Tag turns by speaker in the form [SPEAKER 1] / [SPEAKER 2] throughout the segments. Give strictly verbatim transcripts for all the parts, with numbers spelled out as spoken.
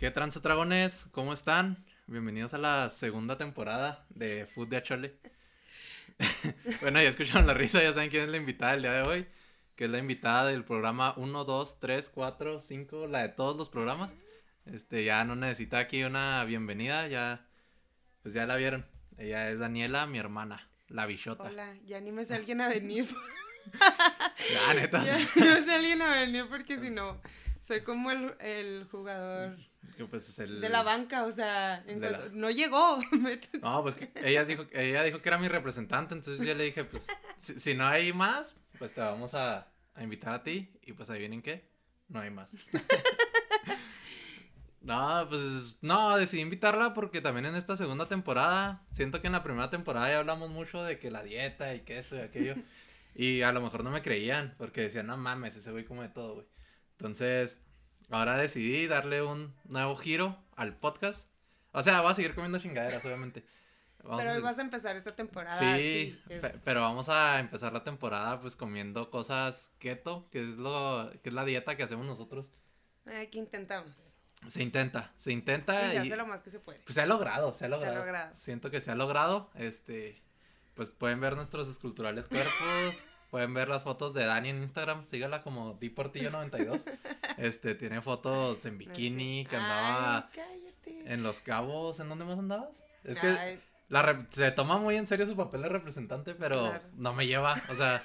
[SPEAKER 1] ¿Qué tranza dragones? ¿Cómo están? Bienvenidos a la segunda temporada de Food de Achole. Bueno, ya escucharon la risa, ya saben quién es la invitada del día de hoy, que es la invitada del programa uno, dos, tres, cuatro, cinco, la de todos los programas. Este, ya no necesita aquí una bienvenida, ya, pues ya la vieron. Ella es Daniela, mi hermana, la bichota.
[SPEAKER 2] Hola, ya ni me sé alguien a venir.
[SPEAKER 1] Ya, neta.
[SPEAKER 2] Ya ni me sé alguien a venir porque si no, soy como el, el jugador
[SPEAKER 1] Pues es el...
[SPEAKER 2] de la banca, o sea, en
[SPEAKER 1] De
[SPEAKER 2] cuanto-
[SPEAKER 1] la-
[SPEAKER 2] no llegó.
[SPEAKER 1] No, pues que ella dijo, ella dijo que era mi representante, entonces yo le dije, pues, si, si no hay más, pues te vamos a, a invitar a ti, y pues adivinen qué, no hay más. No, pues, no, decidí invitarla porque también en esta segunda temporada, siento que en la primera temporada ya hablamos mucho de que la dieta y que esto y aquello, y a lo mejor no me creían, porque decían, no mames, ese güey come de todo, güey. Entonces, ahora decidí darle un nuevo giro al podcast. O sea, voy a seguir comiendo chingaderas, obviamente. Vamos
[SPEAKER 2] Pero
[SPEAKER 1] a
[SPEAKER 2] hoy
[SPEAKER 1] se-
[SPEAKER 2] vas a empezar esta temporada.
[SPEAKER 1] Sí,
[SPEAKER 2] Sí, es-
[SPEAKER 1] pe- pero vamos a empezar la temporada pues comiendo cosas keto, que es lo que es la dieta que hacemos nosotros.
[SPEAKER 2] Aquí intentamos.
[SPEAKER 1] Se intenta, se
[SPEAKER 2] Y
[SPEAKER 1] intenta
[SPEAKER 2] se
[SPEAKER 1] y
[SPEAKER 2] hace lo más que se puede.
[SPEAKER 1] pues se ha logrado, se ha logrado.
[SPEAKER 2] logrado.
[SPEAKER 1] Siento que se ha logrado. Este, pues pueden ver nuestros esculturales cuerpos, pueden ver las fotos de Dani en Instagram, sígala como Di Portillo noventa y dos. Este, tiene fotos en bikini,
[SPEAKER 2] Así.
[SPEAKER 1] que andaba
[SPEAKER 2] Ay, cállate.
[SPEAKER 1] en Los Cabos. ¿En dónde más andabas? Es que
[SPEAKER 2] Ay,
[SPEAKER 1] la rep- se toma muy en serio su papel de representante, pero
[SPEAKER 2] Claro.
[SPEAKER 1] no me lleva, o sea,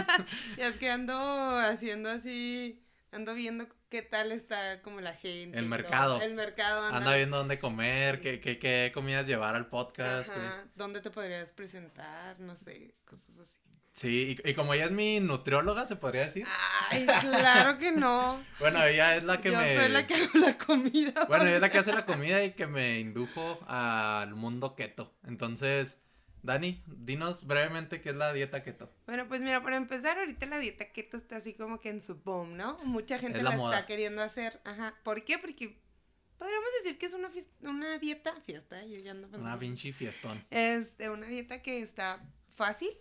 [SPEAKER 2] ya es que ando haciendo así, ando viendo qué tal está como la gente.
[SPEAKER 1] El
[SPEAKER 2] y todo.
[SPEAKER 1] mercado.
[SPEAKER 2] El mercado anda.
[SPEAKER 1] anda viendo dónde comer,
[SPEAKER 2] Sí.
[SPEAKER 1] qué, qué, qué comidas llevar al podcast. qué-
[SPEAKER 2] Ajá, ¿dónde te podrías presentar? No sé, cosas así.
[SPEAKER 1] Sí, y, y como ella es mi nutrióloga, se podría decir.
[SPEAKER 2] Ay, claro que no.
[SPEAKER 1] Bueno, ella es la que
[SPEAKER 2] Yo
[SPEAKER 1] me...
[SPEAKER 2] soy la que hago la comida.
[SPEAKER 1] Bueno, ella es la que hace la comida y que me indujo al mundo keto. Entonces, Dani, dinos brevemente qué es la dieta keto.
[SPEAKER 2] Bueno, pues mira, para empezar, ahorita la dieta keto está así como que en su boom, ¿no? Mucha gente
[SPEAKER 1] Es
[SPEAKER 2] la,
[SPEAKER 1] la moda.
[SPEAKER 2] está queriendo hacer. Ajá. ¿Por qué? Porque podríamos decir que es una, fies- una dieta, fiesta, yo ya ando
[SPEAKER 1] Una
[SPEAKER 2] pensando.
[SPEAKER 1] pinche fiestón.
[SPEAKER 2] Este, una dieta que está fácil.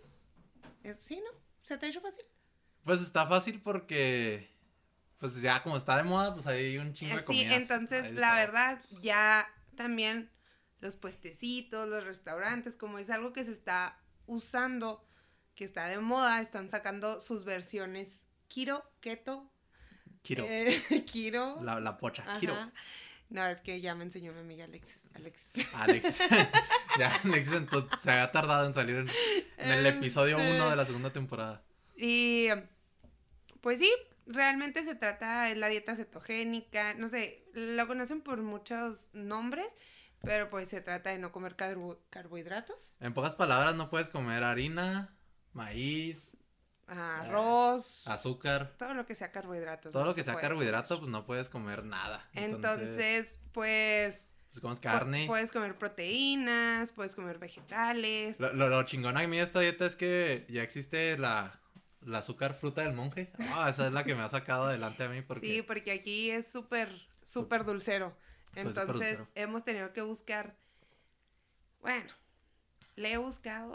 [SPEAKER 2] Es- ¿Sí, no? ¿Se te ha hecho fácil?
[SPEAKER 1] Pues está fácil porque, pues ya como está de moda, pues hay un chingo de
[SPEAKER 2] Sí,
[SPEAKER 1] comidas.
[SPEAKER 2] entonces
[SPEAKER 1] Hay de
[SPEAKER 2] la
[SPEAKER 1] todo.
[SPEAKER 2] verdad ya también los puestecitos, los restaurantes, como es algo que se está usando, que está de moda, están sacando sus versiones Kiro, Keto,
[SPEAKER 1] Kiro,
[SPEAKER 2] eh, Kiro.
[SPEAKER 1] la, la pocha,
[SPEAKER 2] Ajá.
[SPEAKER 1] Kiro.
[SPEAKER 2] No, es que ya me enseñó mi amiga Alexis. Alexis.
[SPEAKER 1] Alexis. Ya, Alexis entonces, se ha tardado en salir en, en el episodio
[SPEAKER 2] Este.
[SPEAKER 1] uno de la segunda temporada.
[SPEAKER 2] Y pues sí, realmente se trata de la dieta cetogénica, no sé, lo conocen por muchos nombres, pero pues se trata de no comer carbo- carbohidratos,
[SPEAKER 1] En pocas palabras, no puedes comer harina, maíz,
[SPEAKER 2] arroz,
[SPEAKER 1] azúcar.
[SPEAKER 2] todo lo que sea carbohidratos.
[SPEAKER 1] Todo
[SPEAKER 2] no
[SPEAKER 1] lo que
[SPEAKER 2] se
[SPEAKER 1] sea
[SPEAKER 2] puede
[SPEAKER 1] carbohidrato,
[SPEAKER 2] comer.
[SPEAKER 1] pues no puedes comer nada.
[SPEAKER 2] Entonces, pues
[SPEAKER 1] pues comes
[SPEAKER 2] pu-
[SPEAKER 1] carne.
[SPEAKER 2] puedes comer proteínas, puedes comer vegetales.
[SPEAKER 1] Lo, lo, lo chingón a mí de esta dieta es que ya existe la, la azúcar fruta del monje. Ah, esa es la que me ha sacado adelante a mí porque...
[SPEAKER 2] Sí, porque aquí es súper, súper dulcero.
[SPEAKER 1] Pues, súper
[SPEAKER 2] Entonces,
[SPEAKER 1] dulcero.
[SPEAKER 2] hemos tenido que buscar. Bueno, le he buscado.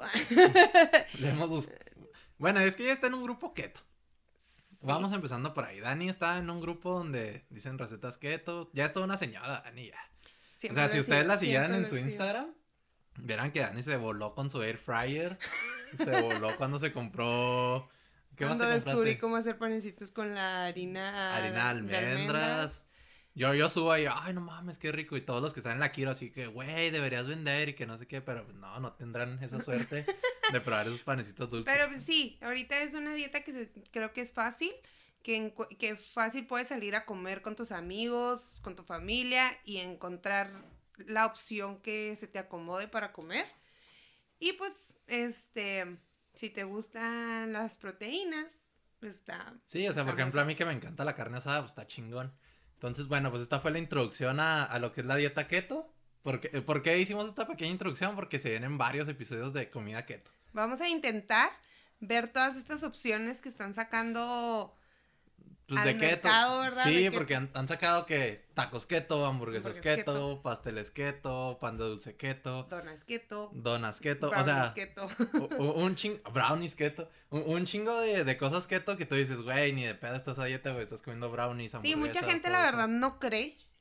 [SPEAKER 1] le hemos bus- Bueno, es que ella está en un grupo keto.
[SPEAKER 2] Sí.
[SPEAKER 1] Vamos empezando por ahí. Dani está en un grupo donde dicen recetas keto. Ya es toda una señora, Dani, ya.
[SPEAKER 2] Siempre
[SPEAKER 1] O sea, si
[SPEAKER 2] lo he
[SPEAKER 1] ustedes
[SPEAKER 2] sido,
[SPEAKER 1] la siguieran
[SPEAKER 2] siempre
[SPEAKER 1] en
[SPEAKER 2] lo
[SPEAKER 1] su
[SPEAKER 2] he sido.
[SPEAKER 1] Instagram, verán que Dani se voló con su air fryer. Se voló cuando se compró... ¿Qué más
[SPEAKER 2] Cuando
[SPEAKER 1] te
[SPEAKER 2] descubrí
[SPEAKER 1] compraste?
[SPEAKER 2] cómo hacer panecitos con la harina,
[SPEAKER 1] Harina de
[SPEAKER 2] de
[SPEAKER 1] almendras. Yo, yo subo ahí, ay, no mames, qué rico. Y todos los que están en la Kiro, así que, güey, deberías vender y que no sé qué. Pero pues, no, no tendrán esa suerte de probar esos panecitos dulces.
[SPEAKER 2] Pero pues, sí, ahorita es una dieta que se- creo que es fácil, que, encu- que fácil puedes salir a comer con tus amigos, con tu familia y encontrar la opción que se te acomode para comer. Y pues, este, si te gustan las proteínas, pues está.
[SPEAKER 1] Sí, o sea,
[SPEAKER 2] está
[SPEAKER 1] por
[SPEAKER 2] muy
[SPEAKER 1] ejemplo, a mí
[SPEAKER 2] fácil.
[SPEAKER 1] que me encanta la carne asada, pues está chingón. Entonces, bueno, pues esta fue la introducción a, a lo que es la dieta keto. ¿Por qué, ¿Por qué hicimos esta pequeña introducción? Porque se vienen varios episodios de comida keto.
[SPEAKER 2] Vamos a intentar ver todas estas opciones que están sacando
[SPEAKER 1] Pues
[SPEAKER 2] al
[SPEAKER 1] de keto.
[SPEAKER 2] mercado, ¿verdad?
[SPEAKER 1] Sí,
[SPEAKER 2] De keto.
[SPEAKER 1] porque han, han sacado que tacos keto, hamburguesas
[SPEAKER 2] Hamburguesas
[SPEAKER 1] keto,
[SPEAKER 2] keto.
[SPEAKER 1] pasteles keto, pan de dulce keto,
[SPEAKER 2] donas keto,
[SPEAKER 1] donas keto, o
[SPEAKER 2] brownies
[SPEAKER 1] sea,
[SPEAKER 2] keto.
[SPEAKER 1] u- u- un chingo, brownies keto, un, un chingo de, de cosas keto que tú dices, güey, ni de pedo estás a dieta, güey, estás comiendo brownies,
[SPEAKER 2] Sí,
[SPEAKER 1] hamburguesas.
[SPEAKER 2] mucha gente
[SPEAKER 1] todo
[SPEAKER 2] la
[SPEAKER 1] eso".
[SPEAKER 2] verdad no cree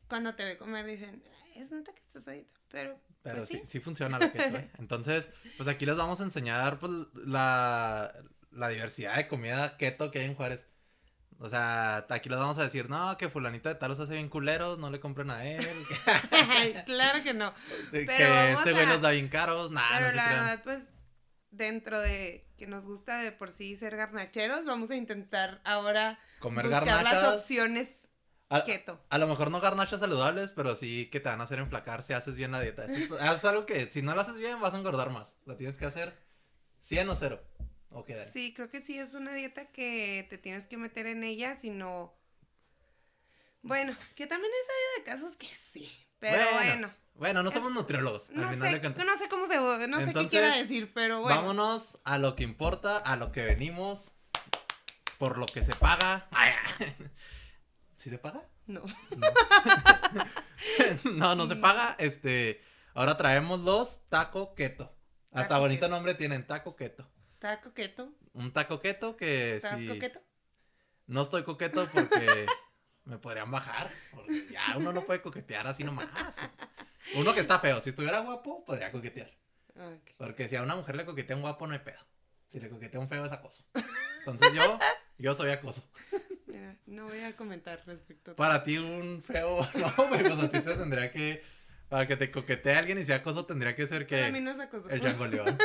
[SPEAKER 2] cuando te ve comer dicen, es neta que estás ahí, pero...
[SPEAKER 1] Pero
[SPEAKER 2] pues
[SPEAKER 1] sí,
[SPEAKER 2] sí.
[SPEAKER 1] sí funciona la keto, ¿eh? Entonces, pues aquí les vamos a enseñar pues la, la diversidad de comida keto que hay en Juárez. O sea, aquí les vamos a decir, no, que fulanito de tal los hace bien culeros, no le compren a él.
[SPEAKER 2] Claro que no.
[SPEAKER 1] Que,
[SPEAKER 2] Pero
[SPEAKER 1] que
[SPEAKER 2] vamos
[SPEAKER 1] este güey
[SPEAKER 2] a-
[SPEAKER 1] los da bien caros, nada,
[SPEAKER 2] Pero
[SPEAKER 1] no se
[SPEAKER 2] la
[SPEAKER 1] crean.
[SPEAKER 2] verdad, pues, dentro de que nos gusta de por sí ser garnacheros, vamos a intentar ahora
[SPEAKER 1] Comer
[SPEAKER 2] buscar las
[SPEAKER 1] garnachas.
[SPEAKER 2] opciones
[SPEAKER 1] A,
[SPEAKER 2] keto.
[SPEAKER 1] a lo mejor no garnachas saludables, pero sí que te van a hacer enflacar si haces bien la dieta. Eso es, es algo que si no lo haces bien vas a engordar más. Lo tienes que hacer cien o cero. Ok, dale.
[SPEAKER 2] Sí, creo que sí es una dieta que te tienes que meter en ella, sino... Bueno, que también he sabido de casos que sí, pero bueno.
[SPEAKER 1] Bueno, no
[SPEAKER 2] Es-
[SPEAKER 1] somos nutriólogos. Al
[SPEAKER 2] No
[SPEAKER 1] final
[SPEAKER 2] sé,
[SPEAKER 1] de cuentas.
[SPEAKER 2] no sé cómo se... No sé qué
[SPEAKER 1] Entonces,
[SPEAKER 2] quiera decir, pero bueno.
[SPEAKER 1] Vámonos a lo que importa, a lo que venimos, por lo que se paga. ¿Sí se paga?
[SPEAKER 2] No.
[SPEAKER 1] No. no, no se paga. Este, ahora traemos los taco keto. Hasta
[SPEAKER 2] Taco
[SPEAKER 1] bonito
[SPEAKER 2] keto.
[SPEAKER 1] nombre tienen, taco keto.
[SPEAKER 2] ¿Estás coqueto?
[SPEAKER 1] Un taco keto que
[SPEAKER 2] ¿Estás
[SPEAKER 1] sí.
[SPEAKER 2] coqueto?
[SPEAKER 1] No estoy coqueto porque me podrían bajar. Porque ya uno no puede coquetear así nomás. Uno que está feo. Si estuviera guapo, podría coquetear.
[SPEAKER 2] Ok.
[SPEAKER 1] Porque si a una mujer le coquetea un guapo, no hay pedo. Si le coquetea un feo, es acoso. Entonces yo, yo soy acoso.
[SPEAKER 2] Mira, no voy a comentar respecto a...
[SPEAKER 1] Para ti un feo, no, güey, pues a ti te tendría que... Para que te coquetee alguien y sea acoso, tendría que ser
[SPEAKER 2] Para mí
[SPEAKER 1] que...
[SPEAKER 2] no es acoso.
[SPEAKER 1] El Django León.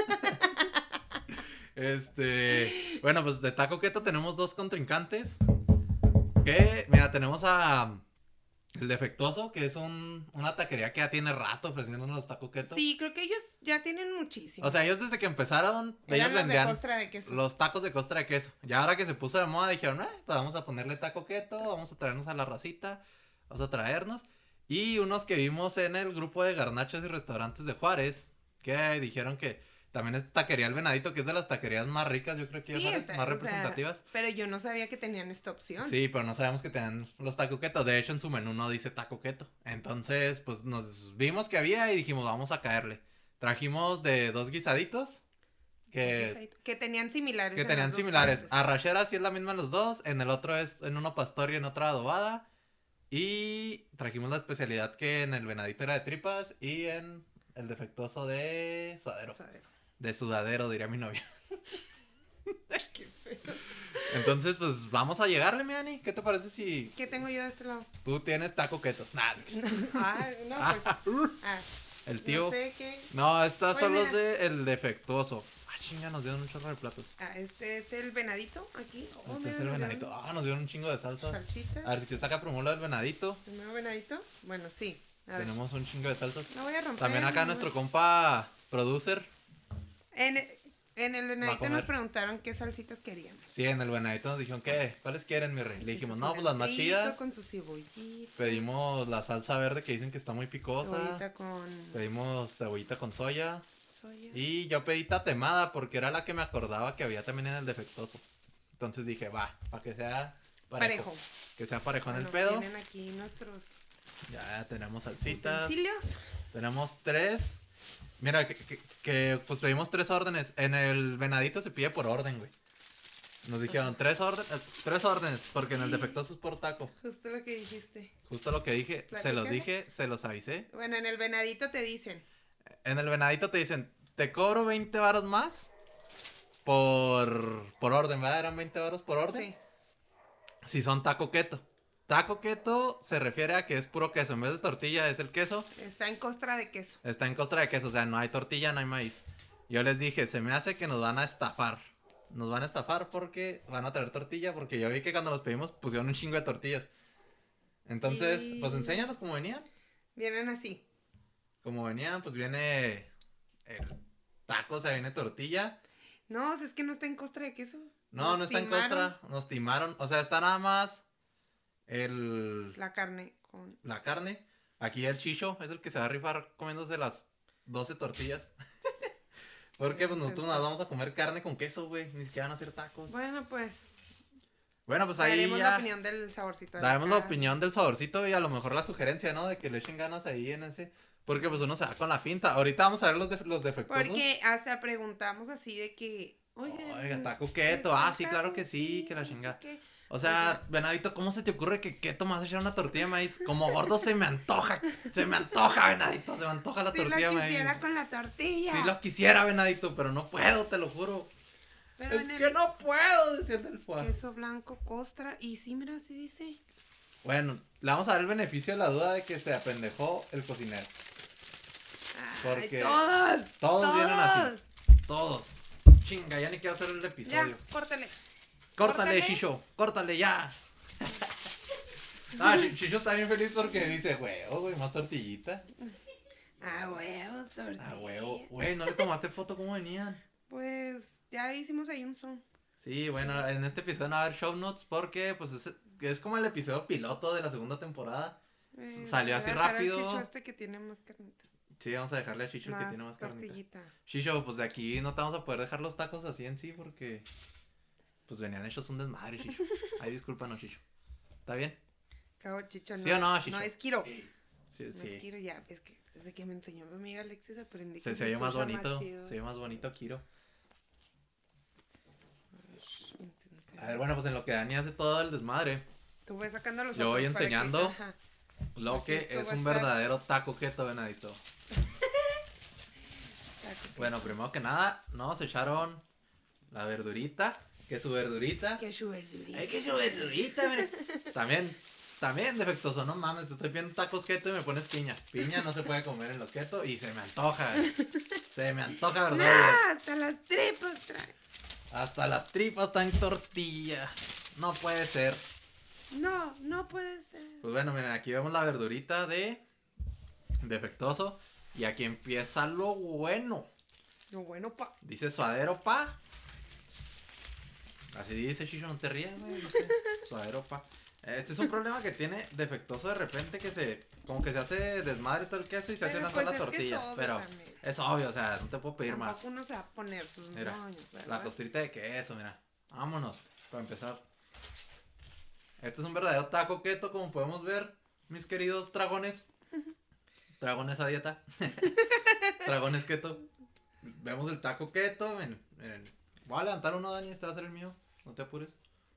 [SPEAKER 1] Este... Bueno, pues de taco keto tenemos dos contrincantes. Que, mira, tenemos a... El Defectuoso, que es un, una taquería que ya tiene rato ofreciéndonos los tacos keto.
[SPEAKER 2] Sí, creo que ellos ya tienen muchísimo.
[SPEAKER 1] O sea, ellos desde que empezaron,
[SPEAKER 2] Eran
[SPEAKER 1] ellos
[SPEAKER 2] los de
[SPEAKER 1] vendían
[SPEAKER 2] costra de queso.
[SPEAKER 1] los tacos de costra de queso. Y ahora que se puso de moda, dijeron, eh, pues vamos a ponerle taco keto, vamos a traernos a la racita, vamos a traernos. Y unos que vimos en el grupo de garnachas y restaurantes de Juárez, que dijeron que también es taquería El Venadito, que es de las taquerías más ricas, yo creo que de
[SPEAKER 2] Sí,
[SPEAKER 1] Juárez,
[SPEAKER 2] está,
[SPEAKER 1] más
[SPEAKER 2] o sea,
[SPEAKER 1] representativas.
[SPEAKER 2] pero yo no sabía que tenían esta opción.
[SPEAKER 1] Sí, pero no sabemos que tenían los taco keto. De hecho, en su menú no dice taco keto. Entonces, pues nos vimos que había y dijimos, vamos a caerle. Trajimos de dos guisaditos. Que,
[SPEAKER 2] Que tenían similares.
[SPEAKER 1] que
[SPEAKER 2] en
[SPEAKER 1] tenían
[SPEAKER 2] las dos
[SPEAKER 1] similares.
[SPEAKER 2] partes.
[SPEAKER 1] Arrachera sí es la misma en los dos. En el otro es en uno pastor y en otra adobada. Y trajimos la especialidad que en el venadito era de tripas. Y en el defectuoso de sudadero.
[SPEAKER 2] Suadero.
[SPEAKER 1] De sudadero, diría mi novia.
[SPEAKER 2] Qué feo.
[SPEAKER 1] Entonces, pues vamos a llegarle, mi Ani. ¿Qué te parece si
[SPEAKER 2] ¿Qué tengo yo de este lado?
[SPEAKER 1] tú tienes taco ketos? Nada.
[SPEAKER 2] Ah, no, pues. Ah,
[SPEAKER 1] El tío.
[SPEAKER 2] no sé qué.
[SPEAKER 1] No, estas
[SPEAKER 2] Pues
[SPEAKER 1] son los
[SPEAKER 2] mira.
[SPEAKER 1] de el defectuoso. Ah, chinga, nos dieron un chorro de platos.
[SPEAKER 2] Ah, este es el venadito aquí. Oh,
[SPEAKER 1] Este
[SPEAKER 2] mira,
[SPEAKER 1] es el
[SPEAKER 2] nos
[SPEAKER 1] venadito.
[SPEAKER 2] dieron
[SPEAKER 1] Ah, nos dieron un chingo de salsas.
[SPEAKER 2] Salchitas.
[SPEAKER 1] A ver, si quieres saca promola del venadito.
[SPEAKER 2] Primero venadito. Bueno, sí. A ver.
[SPEAKER 1] Tenemos un chingo de salsas.
[SPEAKER 2] No voy a romper.
[SPEAKER 1] También acá
[SPEAKER 2] no
[SPEAKER 1] nuestro
[SPEAKER 2] voy-
[SPEAKER 1] compa producer.
[SPEAKER 2] En, en el venadito
[SPEAKER 1] comer.
[SPEAKER 2] nos preguntaron qué salsitas querían.
[SPEAKER 1] Sí, en el venadito nos dijeron, ¿qué? ¿Cuáles quieren, mi rey? Le dijimos,
[SPEAKER 2] Su
[SPEAKER 1] no, pues las más
[SPEAKER 2] cilantrito
[SPEAKER 1] chidas.
[SPEAKER 2] Con su cebollita.
[SPEAKER 1] Pedimos la salsa verde que dicen que está muy picosa.
[SPEAKER 2] Cebollita con
[SPEAKER 1] Pedimos cebollita con soya.
[SPEAKER 2] soya.
[SPEAKER 1] Y yo pedí tatemada porque era la que me acordaba que había también en el defectuoso. Entonces dije, va, para que sea parejo.
[SPEAKER 2] Parejo.
[SPEAKER 1] Que sea parejo en el
[SPEAKER 2] Bueno,
[SPEAKER 1] pedo.
[SPEAKER 2] Tienen aquí nuestros
[SPEAKER 1] Ya tenemos salsitas.
[SPEAKER 2] utensilios.
[SPEAKER 1] Tenemos tres. Mira, que, que, que, pues pedimos tres órdenes. En el venadito se pide por orden, güey. Nos dijeron tres, orden, eh, tres órdenes, porque en el defectuoso es por taco.
[SPEAKER 2] Justo lo que dijiste.
[SPEAKER 1] Justo lo que dije, se los
[SPEAKER 2] Platícame.
[SPEAKER 1] dije, se los avisé.
[SPEAKER 2] Bueno, en el venadito te dicen.
[SPEAKER 1] En el venadito te dicen, te cobro veinte varos más por, por orden, ¿verdad? Eran veinte varos por orden.
[SPEAKER 2] Sí.
[SPEAKER 1] Si son taco keto. Taco keto se refiere a que es puro queso. En vez de tortilla es el queso.
[SPEAKER 2] Está en costra de queso.
[SPEAKER 1] Está en costra de queso. O sea, no hay tortilla, no hay maíz. Yo les dije, se me hace que nos van a estafar. Nos van a estafar porque van a traer tortilla. Porque yo vi que cuando los pedimos pusieron un chingo de tortillas. Entonces,
[SPEAKER 2] Y-
[SPEAKER 1] pues enséñanos cómo venían.
[SPEAKER 2] Vienen así.
[SPEAKER 1] Como venían, pues viene el taco, o sea, viene tortilla.
[SPEAKER 2] No, o sea, es que no está en costra de queso.
[SPEAKER 1] No,
[SPEAKER 2] Nos
[SPEAKER 1] no está en
[SPEAKER 2] timaron
[SPEAKER 1] costra. Nos timaron. O sea, está nada más el...
[SPEAKER 2] La carne con.
[SPEAKER 1] la carne. Aquí el chicho es el que se va a rifar comiéndose las doce tortillas. Porque pues nosotros nos vamos a comer carne con queso, güey. Ni siquiera van a hacer tacos.
[SPEAKER 2] Bueno, pues.
[SPEAKER 1] Bueno, pues ahí
[SPEAKER 2] Daremos
[SPEAKER 1] ya
[SPEAKER 2] la opinión del saborcito. de
[SPEAKER 1] daremos la
[SPEAKER 2] cada-
[SPEAKER 1] opinión del saborcito y a lo mejor la sugerencia, ¿no? De que le echen ganas ahí en ese... Porque pues uno se va con la finta. Ahorita vamos a ver los, de, los defectuosos.
[SPEAKER 2] Porque hasta preguntamos así de que. Oye.
[SPEAKER 1] Oiga, taco keto. Ah, sí, claro que sí, que la chinga. O sea, Venadito, ¿cómo se te ocurre que Keto me vas a echar una tortilla de maíz? Como gordo se me antoja, se me antoja, Venadito, se me antoja la
[SPEAKER 2] sí
[SPEAKER 1] tortilla de maíz.
[SPEAKER 2] Sí lo quisiera con la tortilla.
[SPEAKER 1] Sí lo quisiera, Venadito, pero no puedo, te lo juro. Pero es que el... no puedo, decía el fuá.
[SPEAKER 2] Queso blanco, costra, y sí, mira, así dice.
[SPEAKER 1] Bueno, le vamos a dar el beneficio de la duda de que se apendejó el cocinero. Porque
[SPEAKER 2] Ay, todos,
[SPEAKER 1] todos,
[SPEAKER 2] todos
[SPEAKER 1] vienen así, todos. Chinga, ya ni quiero hacer el episodio.
[SPEAKER 2] Ya, córtale.
[SPEAKER 1] Córtale, Shisho, córtale ya. Ah, Shisho está bien feliz porque dice, huevo, güey, más tortillita.
[SPEAKER 2] Ah, huevo, tortilla.
[SPEAKER 1] Ah, huevo, güey, ¿no le tomaste foto cómo venían?
[SPEAKER 2] Pues, ya hicimos ahí un son.
[SPEAKER 1] Sí, bueno, en este episodio no va a haber show notes porque, pues, es, es como el episodio piloto de la segunda temporada. Eh, Salió así rápido.
[SPEAKER 2] Chicho este que tiene más carnita.
[SPEAKER 1] Sí, vamos a dejarle a Shisho
[SPEAKER 2] más
[SPEAKER 1] que tiene más
[SPEAKER 2] tortillita.
[SPEAKER 1] carnita. Shisho, pues de aquí no te vamos a poder dejar los tacos así en sí porque... Pues venían hechos un desmadre, Shisho. Ay, discúlpanos, Shisho. ¿Está bien?
[SPEAKER 2] Cabo, Chicho, no.
[SPEAKER 1] ¿Sí o no, Shisho?
[SPEAKER 2] No, es Kiro.
[SPEAKER 1] Sí, sí.
[SPEAKER 2] No es Kiro, ya. Es que desde que me enseñó mi amiga Alexis aprendí
[SPEAKER 1] se,
[SPEAKER 2] que
[SPEAKER 1] se, se ve más bonito.
[SPEAKER 2] Más
[SPEAKER 1] se ve más bonito, Kiro. A ver, bueno, pues en lo que Dani hace todo el desmadre.
[SPEAKER 2] Tú vas sacando los
[SPEAKER 1] Yo voy enseñando que, lo que es un verdadero taco keto, Venadito. Bueno, primero que nada, nos echaron la verdurita. Que su verdurita.
[SPEAKER 2] Que su verdurita.
[SPEAKER 1] Ay, que su verdurita, mire. También, también defectuoso, no mames, te estoy pidiendo tacos keto y me pones piña. Piña no se puede comer en los keto y se me antoja. Se me antoja, ¿verdad?
[SPEAKER 2] No, hasta las tripas trae.
[SPEAKER 1] Hasta las tripas están en tortilla. No puede ser.
[SPEAKER 2] No, no puede ser.
[SPEAKER 1] Pues bueno, miren, aquí vemos la verdurita de defectuoso. Y aquí empieza lo bueno.
[SPEAKER 2] Lo bueno, pa.
[SPEAKER 1] Dice suadero, pa. Así dice Shisho, no te rías, güey. No sé. Suadero, pa. Este es un problema que tiene defectuoso de repente que se... Como que se hace desmadre todo el queso y se
[SPEAKER 2] pero
[SPEAKER 1] hace una
[SPEAKER 2] pues
[SPEAKER 1] sola
[SPEAKER 2] es
[SPEAKER 1] tortilla.
[SPEAKER 2] Es
[SPEAKER 1] pero
[SPEAKER 2] también.
[SPEAKER 1] Es obvio, o sea, no te puedo pedir
[SPEAKER 2] Tampoco
[SPEAKER 1] más.
[SPEAKER 2] uno se va a poner sus
[SPEAKER 1] mira,
[SPEAKER 2] moños, ¿verdad?
[SPEAKER 1] La costrita de queso, mira. Vámonos, para empezar. Este es un verdadero taco keto, como podemos ver, mis queridos dragones. Dragones a dieta. Dragones keto. Vemos el taco keto. Miren, miren. Voy a levantar uno, Dani, este va a ser el mío. No te apures.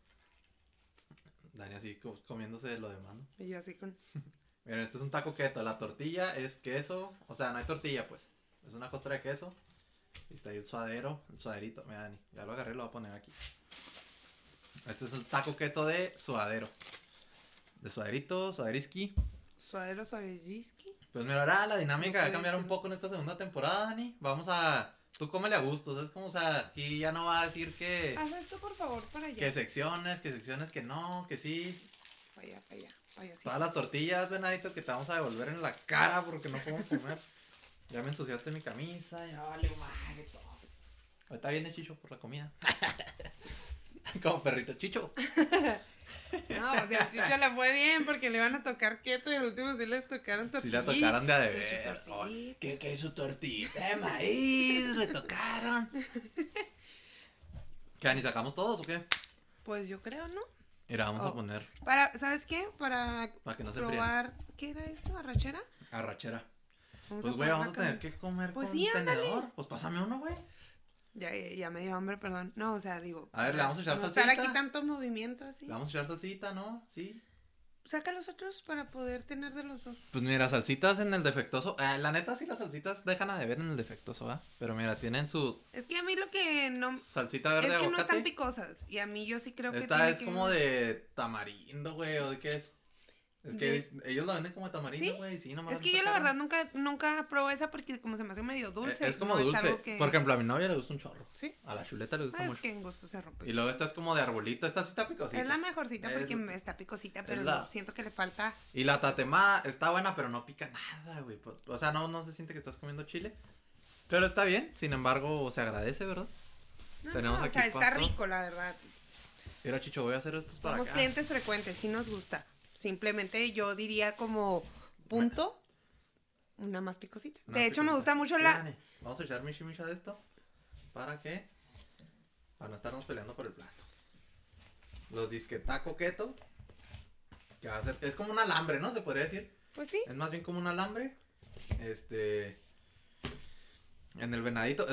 [SPEAKER 1] Dani así comiéndose de lo demás, ¿no?
[SPEAKER 2] Y yo así con...
[SPEAKER 1] Miren, este es un taco keto. La tortilla es queso. O sea, no hay tortilla, pues. Es una costra de queso. Y está ahí el suadero. El suaderito. Mira, Dani. Ya lo agarré, lo voy a poner aquí. Este es el taco keto de suadero. De suaderito, suaderiski.
[SPEAKER 2] Suadero, suaderiski.
[SPEAKER 1] Pues mira, ahora la dinámica no va a cambiar un poco en esta segunda temporada, Dani. Vamos a... Tú cómele a gusto, ¿sabes? Como, o sea, aquí ya no va a decir que...
[SPEAKER 2] Haz esto, por favor, para allá.
[SPEAKER 1] Que secciones, que secciones que no, que sí.
[SPEAKER 2] Para allá, para allá, para allá. Sí.
[SPEAKER 1] Todas las tortillas, Venadito, que te vamos a devolver en la cara porque no podemos comer. Ya me ensuciaste mi camisa, ya vale madre todo. Ahorita viene Chicho por la comida. Como perrito, Chicho.
[SPEAKER 2] No, o sea, Chicho le fue bien porque le iban a tocar quieto y al último sí le tocaron tortilla.
[SPEAKER 1] Sí le tocaron de a deber. ¿Qué, qué es su tortita de maíz? Le tocaron. ¿Qué, Ani, sacamos todos o qué?
[SPEAKER 2] Pues yo creo, ¿no?
[SPEAKER 1] Mira, vamos
[SPEAKER 2] oh.
[SPEAKER 1] a poner.
[SPEAKER 2] Para, ¿sabes qué? Para,
[SPEAKER 1] Para que no se
[SPEAKER 2] probar. Fríen. ¿Qué era esto? ¿Arrachera?
[SPEAKER 1] Arrachera. Vamos pues, güey, vamos a tener que comer
[SPEAKER 2] pues
[SPEAKER 1] con
[SPEAKER 2] sí,
[SPEAKER 1] tenedor.
[SPEAKER 2] Ándale.
[SPEAKER 1] Pues pásame uno, güey.
[SPEAKER 2] Ya, ya, ya me dio hambre, perdón. No, o sea, digo.
[SPEAKER 1] A ver, le vamos a echar
[SPEAKER 2] no
[SPEAKER 1] salsita.
[SPEAKER 2] estar aquí tanto movimiento así.
[SPEAKER 1] Le vamos a echar salsita, ¿no? Sí.
[SPEAKER 2] Saca los otros para poder tener de los dos.
[SPEAKER 1] Pues mira, salsitas en el defectuoso. Eh, la neta, sí, las salsitas dejan a deber en el defectuoso, ¿va? Pero mira, tienen su.
[SPEAKER 2] Es que a mí lo que no.
[SPEAKER 1] Salsita verde
[SPEAKER 2] es que
[SPEAKER 1] aguacate.
[SPEAKER 2] no están picosas. Y a mí yo sí creo que.
[SPEAKER 1] Esta es
[SPEAKER 2] que...
[SPEAKER 1] como de tamarindo, güey, ¿o de qué es? Es que de... ellos la venden como de tamarindo, güey. ¿Sí? Sí, nomás
[SPEAKER 2] es que yo la verdad nunca, nunca probé esa porque como se me hace medio dulce.
[SPEAKER 1] Es, es como
[SPEAKER 2] no
[SPEAKER 1] dulce.
[SPEAKER 2] Es algo que...
[SPEAKER 1] Por ejemplo, a mi novia le gusta un chorro.
[SPEAKER 2] ¿Sí?
[SPEAKER 1] A la chuleta le gusta
[SPEAKER 2] ah,
[SPEAKER 1] mucho.
[SPEAKER 2] Es que en gusto se rompe.
[SPEAKER 1] Y luego esta es como de arbolito. Esta sí está picosita.
[SPEAKER 2] Es la mejorcita porque
[SPEAKER 1] es...
[SPEAKER 2] está picosita, pero
[SPEAKER 1] la...
[SPEAKER 2] no, siento que le falta.
[SPEAKER 1] Y la tatemada está buena, pero no pica nada, güey. O sea, no, no se siente que estás comiendo chile. Pero está bien. Sin embargo, se agradece, ¿verdad?
[SPEAKER 2] No,
[SPEAKER 1] Tenemos
[SPEAKER 2] no,
[SPEAKER 1] aquí
[SPEAKER 2] o sea, está
[SPEAKER 1] pasto.
[SPEAKER 2] rico, la verdad.
[SPEAKER 1] Mira, Chicho, voy a hacer esto para
[SPEAKER 2] Somos
[SPEAKER 1] acá.
[SPEAKER 2] clientes frecuentes, sí nos gusta. Simplemente yo diría como punto, una más picosita.
[SPEAKER 1] Una
[SPEAKER 2] de hecho,
[SPEAKER 1] picosita.
[SPEAKER 2] me gusta mucho la...
[SPEAKER 1] Espérame. Vamos a echar michi micha de esto. ¿Para qué? Para no estarnos peleando por el plato. Los disque taco keto. Que va a ser... Es como un alambre, ¿no? Se podría decir.
[SPEAKER 2] Pues sí.
[SPEAKER 1] Es más bien como un alambre. Este... En el venadito... Es...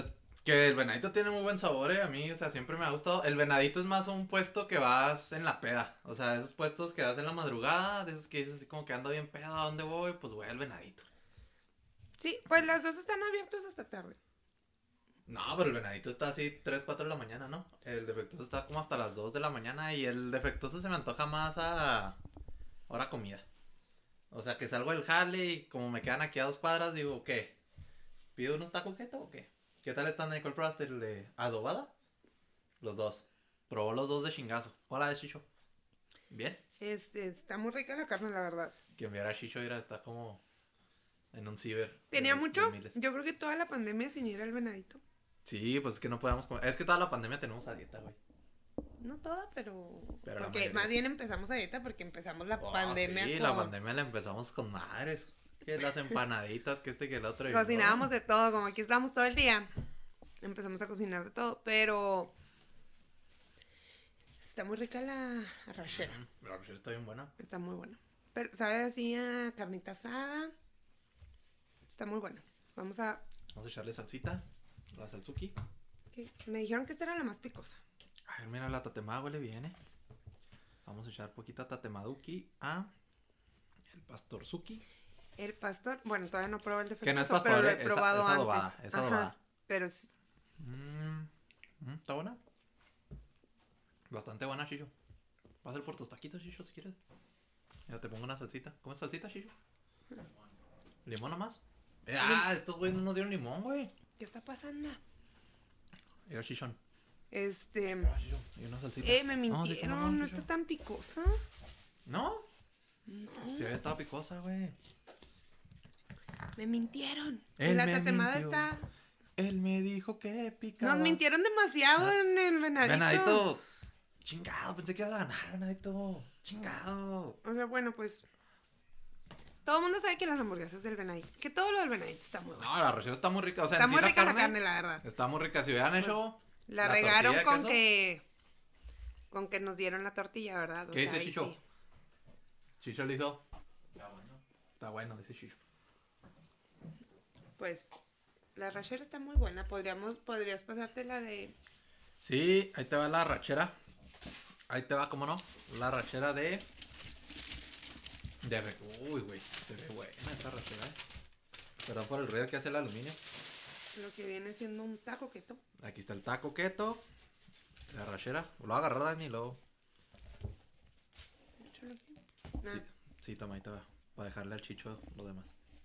[SPEAKER 1] Que el venadito tiene muy buen sabor, eh, a mí, o sea, siempre me ha gustado. El venadito es más un puesto que vas en la peda, o sea, esos puestos que vas en la madrugada, de esos que dices así como que ando bien pedo, ¿a dónde voy? Pues voy al venadito.
[SPEAKER 2] Sí, pues las dos están abiertos hasta tarde.
[SPEAKER 1] No, pero el venadito está así tres, cuatro de la mañana, ¿no? El defectuoso está como hasta las dos de la mañana y el defectuoso se me antoja más a hora comida. O sea, que salgo del jale y como me quedan aquí a dos cuadras, digo, ¿qué? ¿Pido unos tacos keto o qué? ¿Qué tal están ahí? ¿Cuál probaste? ¿El de adobada? Los dos. Probó los dos de chingazo. Hola de Chicho. ¿Bien?
[SPEAKER 2] Este, está muy rica la carne, la verdad.
[SPEAKER 1] Quien viera a Chicho era, está como en un ciber.
[SPEAKER 2] ¿Tenía
[SPEAKER 1] de los
[SPEAKER 2] mucho?
[SPEAKER 1] dos miles.
[SPEAKER 2] Yo creo que toda la pandemia sin ir al venadito.
[SPEAKER 1] Sí, pues es que no podemos comer. Es que toda la pandemia tenemos a dieta, güey.
[SPEAKER 2] No toda, pero...
[SPEAKER 1] Pero la
[SPEAKER 2] porque
[SPEAKER 1] mayoría.
[SPEAKER 2] más bien empezamos a dieta porque empezamos la
[SPEAKER 1] Oh,
[SPEAKER 2] pandemia
[SPEAKER 1] sí,
[SPEAKER 2] con...
[SPEAKER 1] la pandemia la empezamos con madres. Que las empanaditas, que este, que el otro. y
[SPEAKER 2] Cocinábamos
[SPEAKER 1] no.
[SPEAKER 2] de todo, como aquí estábamos todo el día. Empezamos a cocinar de todo, pero... Está muy rica la arrachera.
[SPEAKER 1] Mm, La arrachera está bien buena.
[SPEAKER 2] Está muy buena. Pero, ¿sabe así a carnita asada? Está muy buena. Vamos a...
[SPEAKER 1] Vamos a echarle salsita. La salsuki.
[SPEAKER 2] ¿qué? Me dijeron que esta era la más picosa.
[SPEAKER 1] A ver, mira, la tatemada huele bien, eh. Vamos a echar poquita tatemaduki a el pastorzuki.
[SPEAKER 2] El pastor, bueno, todavía no probé el defectuoso,
[SPEAKER 1] Que no es
[SPEAKER 2] pero
[SPEAKER 1] pastor,
[SPEAKER 2] lo he
[SPEAKER 1] eh, es,
[SPEAKER 2] probado
[SPEAKER 1] es adobada,
[SPEAKER 2] antes.
[SPEAKER 1] es adobada.
[SPEAKER 2] Ajá, pero sí.
[SPEAKER 1] Mm, mm, ¿Está buena? Bastante buena, Chicho. Pásale por tus taquitos, Chicho, si quieres. Mira, te pongo una salsita. ¿Comes salsita, Chicho? ¿Limón nomás? Eh, ah, estos güeyes no nos dieron limón, güey.
[SPEAKER 2] ¿Qué está pasando?
[SPEAKER 1] Mira, Chichón.
[SPEAKER 2] Este...
[SPEAKER 1] Ah, Chicho, y una salsita.
[SPEAKER 2] Eh, me
[SPEAKER 1] No, sí,
[SPEAKER 2] mintieron,
[SPEAKER 1] cómo no,
[SPEAKER 2] no
[SPEAKER 1] Chicho.
[SPEAKER 2] está tan picosa.
[SPEAKER 1] ¿No?
[SPEAKER 2] No,
[SPEAKER 1] Si había estado picosa, güey.
[SPEAKER 2] me mintieron.
[SPEAKER 1] Él
[SPEAKER 2] la
[SPEAKER 1] me
[SPEAKER 2] tatemada
[SPEAKER 1] mintió.
[SPEAKER 2] está...
[SPEAKER 1] Él me dijo que picaba.
[SPEAKER 2] Nos mintieron demasiado
[SPEAKER 1] Ah.
[SPEAKER 2] en el venadito.
[SPEAKER 1] Venadito. Chingado, pensé que ibas a ganar, venadito. Chingado.
[SPEAKER 2] O sea, bueno, pues... Todo el mundo sabe que las hamburguesas del venadito, que todo lo del venadito está muy bueno.
[SPEAKER 1] No, la rellena está muy rica. O sea,
[SPEAKER 2] Está
[SPEAKER 1] en sí
[SPEAKER 2] muy
[SPEAKER 1] la
[SPEAKER 2] rica la
[SPEAKER 1] carne
[SPEAKER 2] carne, la verdad.
[SPEAKER 1] está muy rica. Si hubieran hecho.
[SPEAKER 2] La,
[SPEAKER 1] la
[SPEAKER 2] regaron
[SPEAKER 1] tortilla de
[SPEAKER 2] con
[SPEAKER 1] queso.
[SPEAKER 2] que... Con que nos dieron la tortilla, ¿verdad? O
[SPEAKER 1] ¿Qué
[SPEAKER 2] sea,
[SPEAKER 1] dice
[SPEAKER 2] ahí
[SPEAKER 1] Chicho?
[SPEAKER 2] sí.
[SPEAKER 1] Chicho le hizo. Está bueno. Está bueno, dice Chicho.
[SPEAKER 2] Pues, la rachera está muy buena. Podríamos, podrías pasarte la de...
[SPEAKER 1] Sí, ahí te va la rachera. Ahí te va, ¿cómo no? La rachera de. De. re- Uy, güey. Se ve buena esta rachera, eh. Perdón por el ruido que hace el aluminio.
[SPEAKER 2] Lo que viene siendo un taco keto.
[SPEAKER 1] Aquí está el taco keto. La rachera. Lo voy a agarrar, Dani, y luego.
[SPEAKER 2] Échalo aquí. No.
[SPEAKER 1] Sí, sí, toma, ahí te va. Para dejarle al Chicho lo demás.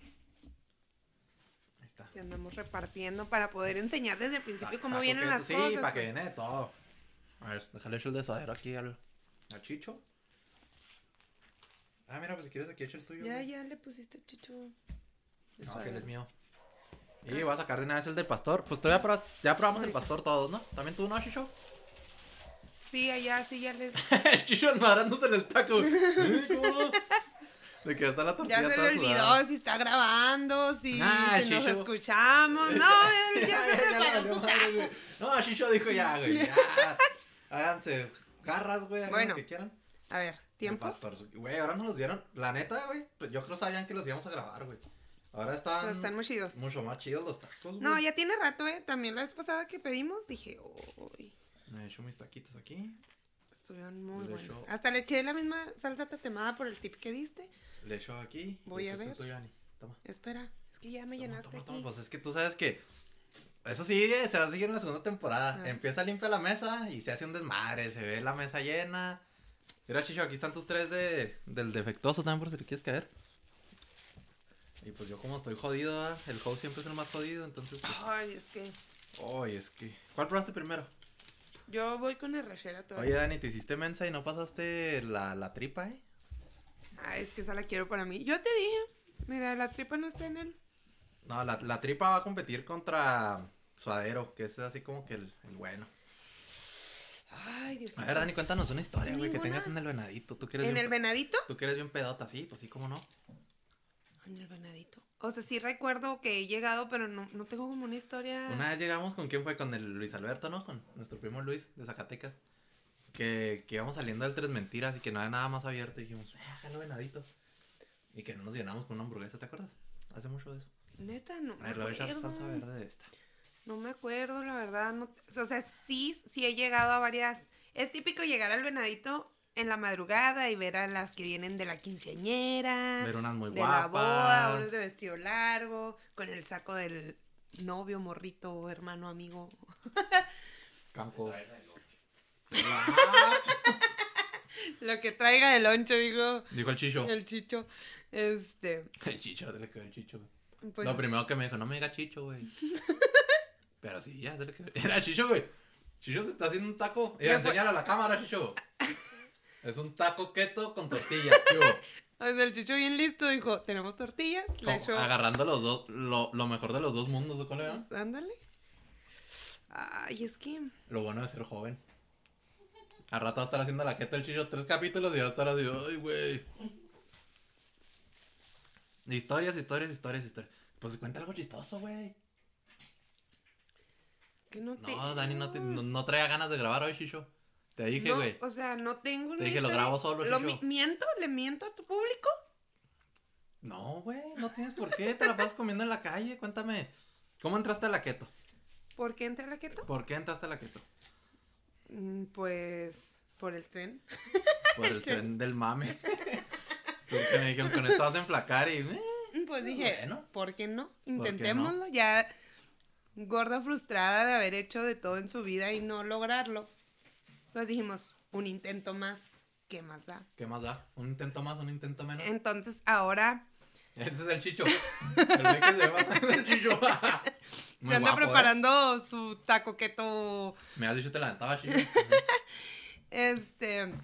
[SPEAKER 1] Ahí está.
[SPEAKER 2] Que andamos repartiendo para poder enseñar desde el principio
[SPEAKER 1] Ta-
[SPEAKER 2] cómo
[SPEAKER 1] taco
[SPEAKER 2] vienen
[SPEAKER 1] keto,
[SPEAKER 2] las
[SPEAKER 1] sí,
[SPEAKER 2] cosas.
[SPEAKER 1] para que
[SPEAKER 2] pues.
[SPEAKER 1] viene de todo. A ver, déjale hecho el desadero aquí al, al Chicho. Ah, mira, pues si quieres aquí echa el tuyo.
[SPEAKER 2] Ya,
[SPEAKER 1] güey.
[SPEAKER 2] ya le pusiste chicho. de
[SPEAKER 1] No, que él
[SPEAKER 2] suadero.
[SPEAKER 1] es mío. Y voy a sacar de una vez el del pastor. Pues todavía pro- ya probamos el pastor todos, ¿no? ¿También tú, no, Chicho?
[SPEAKER 2] Sí, allá, sí, ya les...
[SPEAKER 1] El Chicho enmadrándose en el taco. ¿Eh? ¿Cómo? De que está la tortilla
[SPEAKER 2] Ya se le
[SPEAKER 1] toda
[SPEAKER 2] olvidó
[SPEAKER 1] sudada.
[SPEAKER 2] si está grabando, si,
[SPEAKER 1] Ah,
[SPEAKER 2] si nos
[SPEAKER 1] Chicho.
[SPEAKER 2] escuchamos. No, él ya se
[SPEAKER 1] le
[SPEAKER 2] preparó
[SPEAKER 1] valió
[SPEAKER 2] su
[SPEAKER 1] madre,
[SPEAKER 2] taco.
[SPEAKER 1] güey. No, Chicho dijo ya, güey. Ya. Háganse garras, güey. Hagan
[SPEAKER 2] Bueno.
[SPEAKER 1] lo que quieran.
[SPEAKER 2] A ver, ¿tiempo?
[SPEAKER 1] El pastor. Güey, ahora nos los dieron. La neta, güey. Pues yo creo sabían que los íbamos a grabar, güey. Ahora están,
[SPEAKER 2] Pero están muy chidos.
[SPEAKER 1] mucho más chidos los tacos, güey.
[SPEAKER 2] No, ya tiene rato, ¿eh? También la vez pasada que pedimos, dije, uy,
[SPEAKER 1] Me he hecho mis taquitos aquí.
[SPEAKER 2] estuvieron muy
[SPEAKER 1] Le
[SPEAKER 2] buenos.
[SPEAKER 1] echo-
[SPEAKER 2] Hasta le eché la misma salsa tatemada por el tip que diste.
[SPEAKER 1] Le echo aquí.
[SPEAKER 2] Voy
[SPEAKER 1] y
[SPEAKER 2] a
[SPEAKER 1] este es
[SPEAKER 2] ver.
[SPEAKER 1] el tuyo, Ani. Toma.
[SPEAKER 2] Espera, es que ya me
[SPEAKER 1] Toma,
[SPEAKER 2] llenaste
[SPEAKER 1] toma,
[SPEAKER 2] aquí.
[SPEAKER 1] toma. Pues es que tú sabes que. Eso sí, se va a seguir en la segunda temporada.
[SPEAKER 2] Ah.
[SPEAKER 1] Empieza a limpiar la mesa y se hace un desmadre. Se ve la mesa llena. Mira, Chicho, aquí están tus tres de, del defectuoso también por si le quieres caer. Y pues yo como estoy jodido, ¿eh? El host siempre es el más jodido, entonces pues...
[SPEAKER 2] Ay, es que
[SPEAKER 1] Ay, es que... ¿Cuál probaste primero?
[SPEAKER 2] yo voy con el rachera
[SPEAKER 1] Oye,
[SPEAKER 2] todavía.
[SPEAKER 1] Dani, te hiciste mensa y no pasaste la, la tripa, ¿eh?
[SPEAKER 2] Ay, es que esa la quiero para mí. Yo te dije, mira, la tripa no está en él.
[SPEAKER 1] No, la, la tripa va a competir contra Suadero, que es así como que el, el bueno.
[SPEAKER 2] Ay, Dios
[SPEAKER 1] A ver, Dani, cuéntanos una historia, güey, que
[SPEAKER 2] Ninguna.
[SPEAKER 1] tengas en el venadito. ¿Tú quieres
[SPEAKER 2] ¿En el venadito?
[SPEAKER 1] Tú que eres bien pedota, sí, pues sí, ¿cómo no?
[SPEAKER 2] En el venadito. O sea, sí recuerdo que he llegado, pero no, no tengo como una historia.
[SPEAKER 1] Una vez llegamos, ¿con quién fue? Con el Luis Alberto, ¿no? Con nuestro primo Luis, de Zacatecas. Que, que íbamos saliendo del Tres Mentiras y que no había nada más abierto. Y dijimos, eh, jalo venadito. Y que no nos llenamos con una hamburguesa, ¿te acuerdas? Hace mucho de eso.
[SPEAKER 2] Neta, no
[SPEAKER 1] A
[SPEAKER 2] me
[SPEAKER 1] ver, le voy a echar
[SPEAKER 2] acuerdo.
[SPEAKER 1] salsa verde de esta.
[SPEAKER 2] No me acuerdo, la verdad. No, o sea, sí, sí he llegado a varias. Es típico llegar al Venadito en la madrugada y ver a las que vienen de la quinceañera,
[SPEAKER 1] Ver unas muy
[SPEAKER 2] de la boda,
[SPEAKER 1] guapas.
[SPEAKER 2] unos de vestido largo, con el saco del novio, morrito, hermano, amigo.
[SPEAKER 1] Campo.
[SPEAKER 2] Lo que traiga de lonche, digo.
[SPEAKER 1] Dijo el chicho.
[SPEAKER 2] El chicho. Este.
[SPEAKER 1] El chicho, se le quedó el chicho, güey.
[SPEAKER 2] Pues,
[SPEAKER 1] Lo primero que me dijo, no me diga chicho, güey. Pero sí, ya se le quedó. Era chicho, güey. Chicho se está haciendo un taco. Mira,
[SPEAKER 2] Me fue-
[SPEAKER 1] enséñalo a la cámara, chicho. Es un taco keto con tortilla, tío.
[SPEAKER 2] o sea, el chicho bien listo dijo, tenemos tortillas, le
[SPEAKER 1] Como
[SPEAKER 2] echó.
[SPEAKER 1] agarrando los dos, lo, lo mejor de los dos mundos, ¿o cuál era?
[SPEAKER 2] Pues, ándale. Ay, es que.
[SPEAKER 1] Lo bueno de ser joven. Al rato va a estar haciendo la keto el chicho tres capítulos y va a estar así, ay, güey. Historias, historias, historias, historias. Pues cuenta algo chistoso, güey.
[SPEAKER 2] Que no, te...
[SPEAKER 1] No, Dani no, te, no, no traía ganas de grabar hoy, chicho. Te dije,
[SPEAKER 2] No,
[SPEAKER 1] güey.
[SPEAKER 2] o sea, no tengo una
[SPEAKER 1] Te dije, lo
[SPEAKER 2] historia.
[SPEAKER 1] grabo solo,
[SPEAKER 2] ¿Lo
[SPEAKER 1] Chicho.
[SPEAKER 2] mi- miento? ¿Le miento a tu público?
[SPEAKER 1] No, güey, no tienes por qué. Te la pasas comiendo en la calle. Cuéntame. ¿Cómo entraste a la keto?
[SPEAKER 2] ¿Por qué entré a la keto?
[SPEAKER 1] ¿Por qué entraste a la keto?
[SPEAKER 2] Mm, Pues por el tren.
[SPEAKER 1] Por el tren del mame. Porque me dijeron, con esto vas a enflacar y... eh,
[SPEAKER 2] Mm, Pues dije,
[SPEAKER 1] Bueno.
[SPEAKER 2] ¿por qué no?
[SPEAKER 1] qué no?
[SPEAKER 2] Intentémoslo. Ya gorda frustrada de haber hecho de todo en su vida y no lograrlo. Pues dijimos, un intento más. ¿Qué más da?
[SPEAKER 1] ¿Qué más da? ¿Un intento más, un intento menos?
[SPEAKER 2] Entonces ahora
[SPEAKER 1] Ese es el chicho. El güey que se va es el chicho. Muy
[SPEAKER 2] se anda
[SPEAKER 1] guapo, ¿eh?
[SPEAKER 2] preparando su taco keto.
[SPEAKER 1] Me has dicho te la aventaba, chicho.
[SPEAKER 2] Este.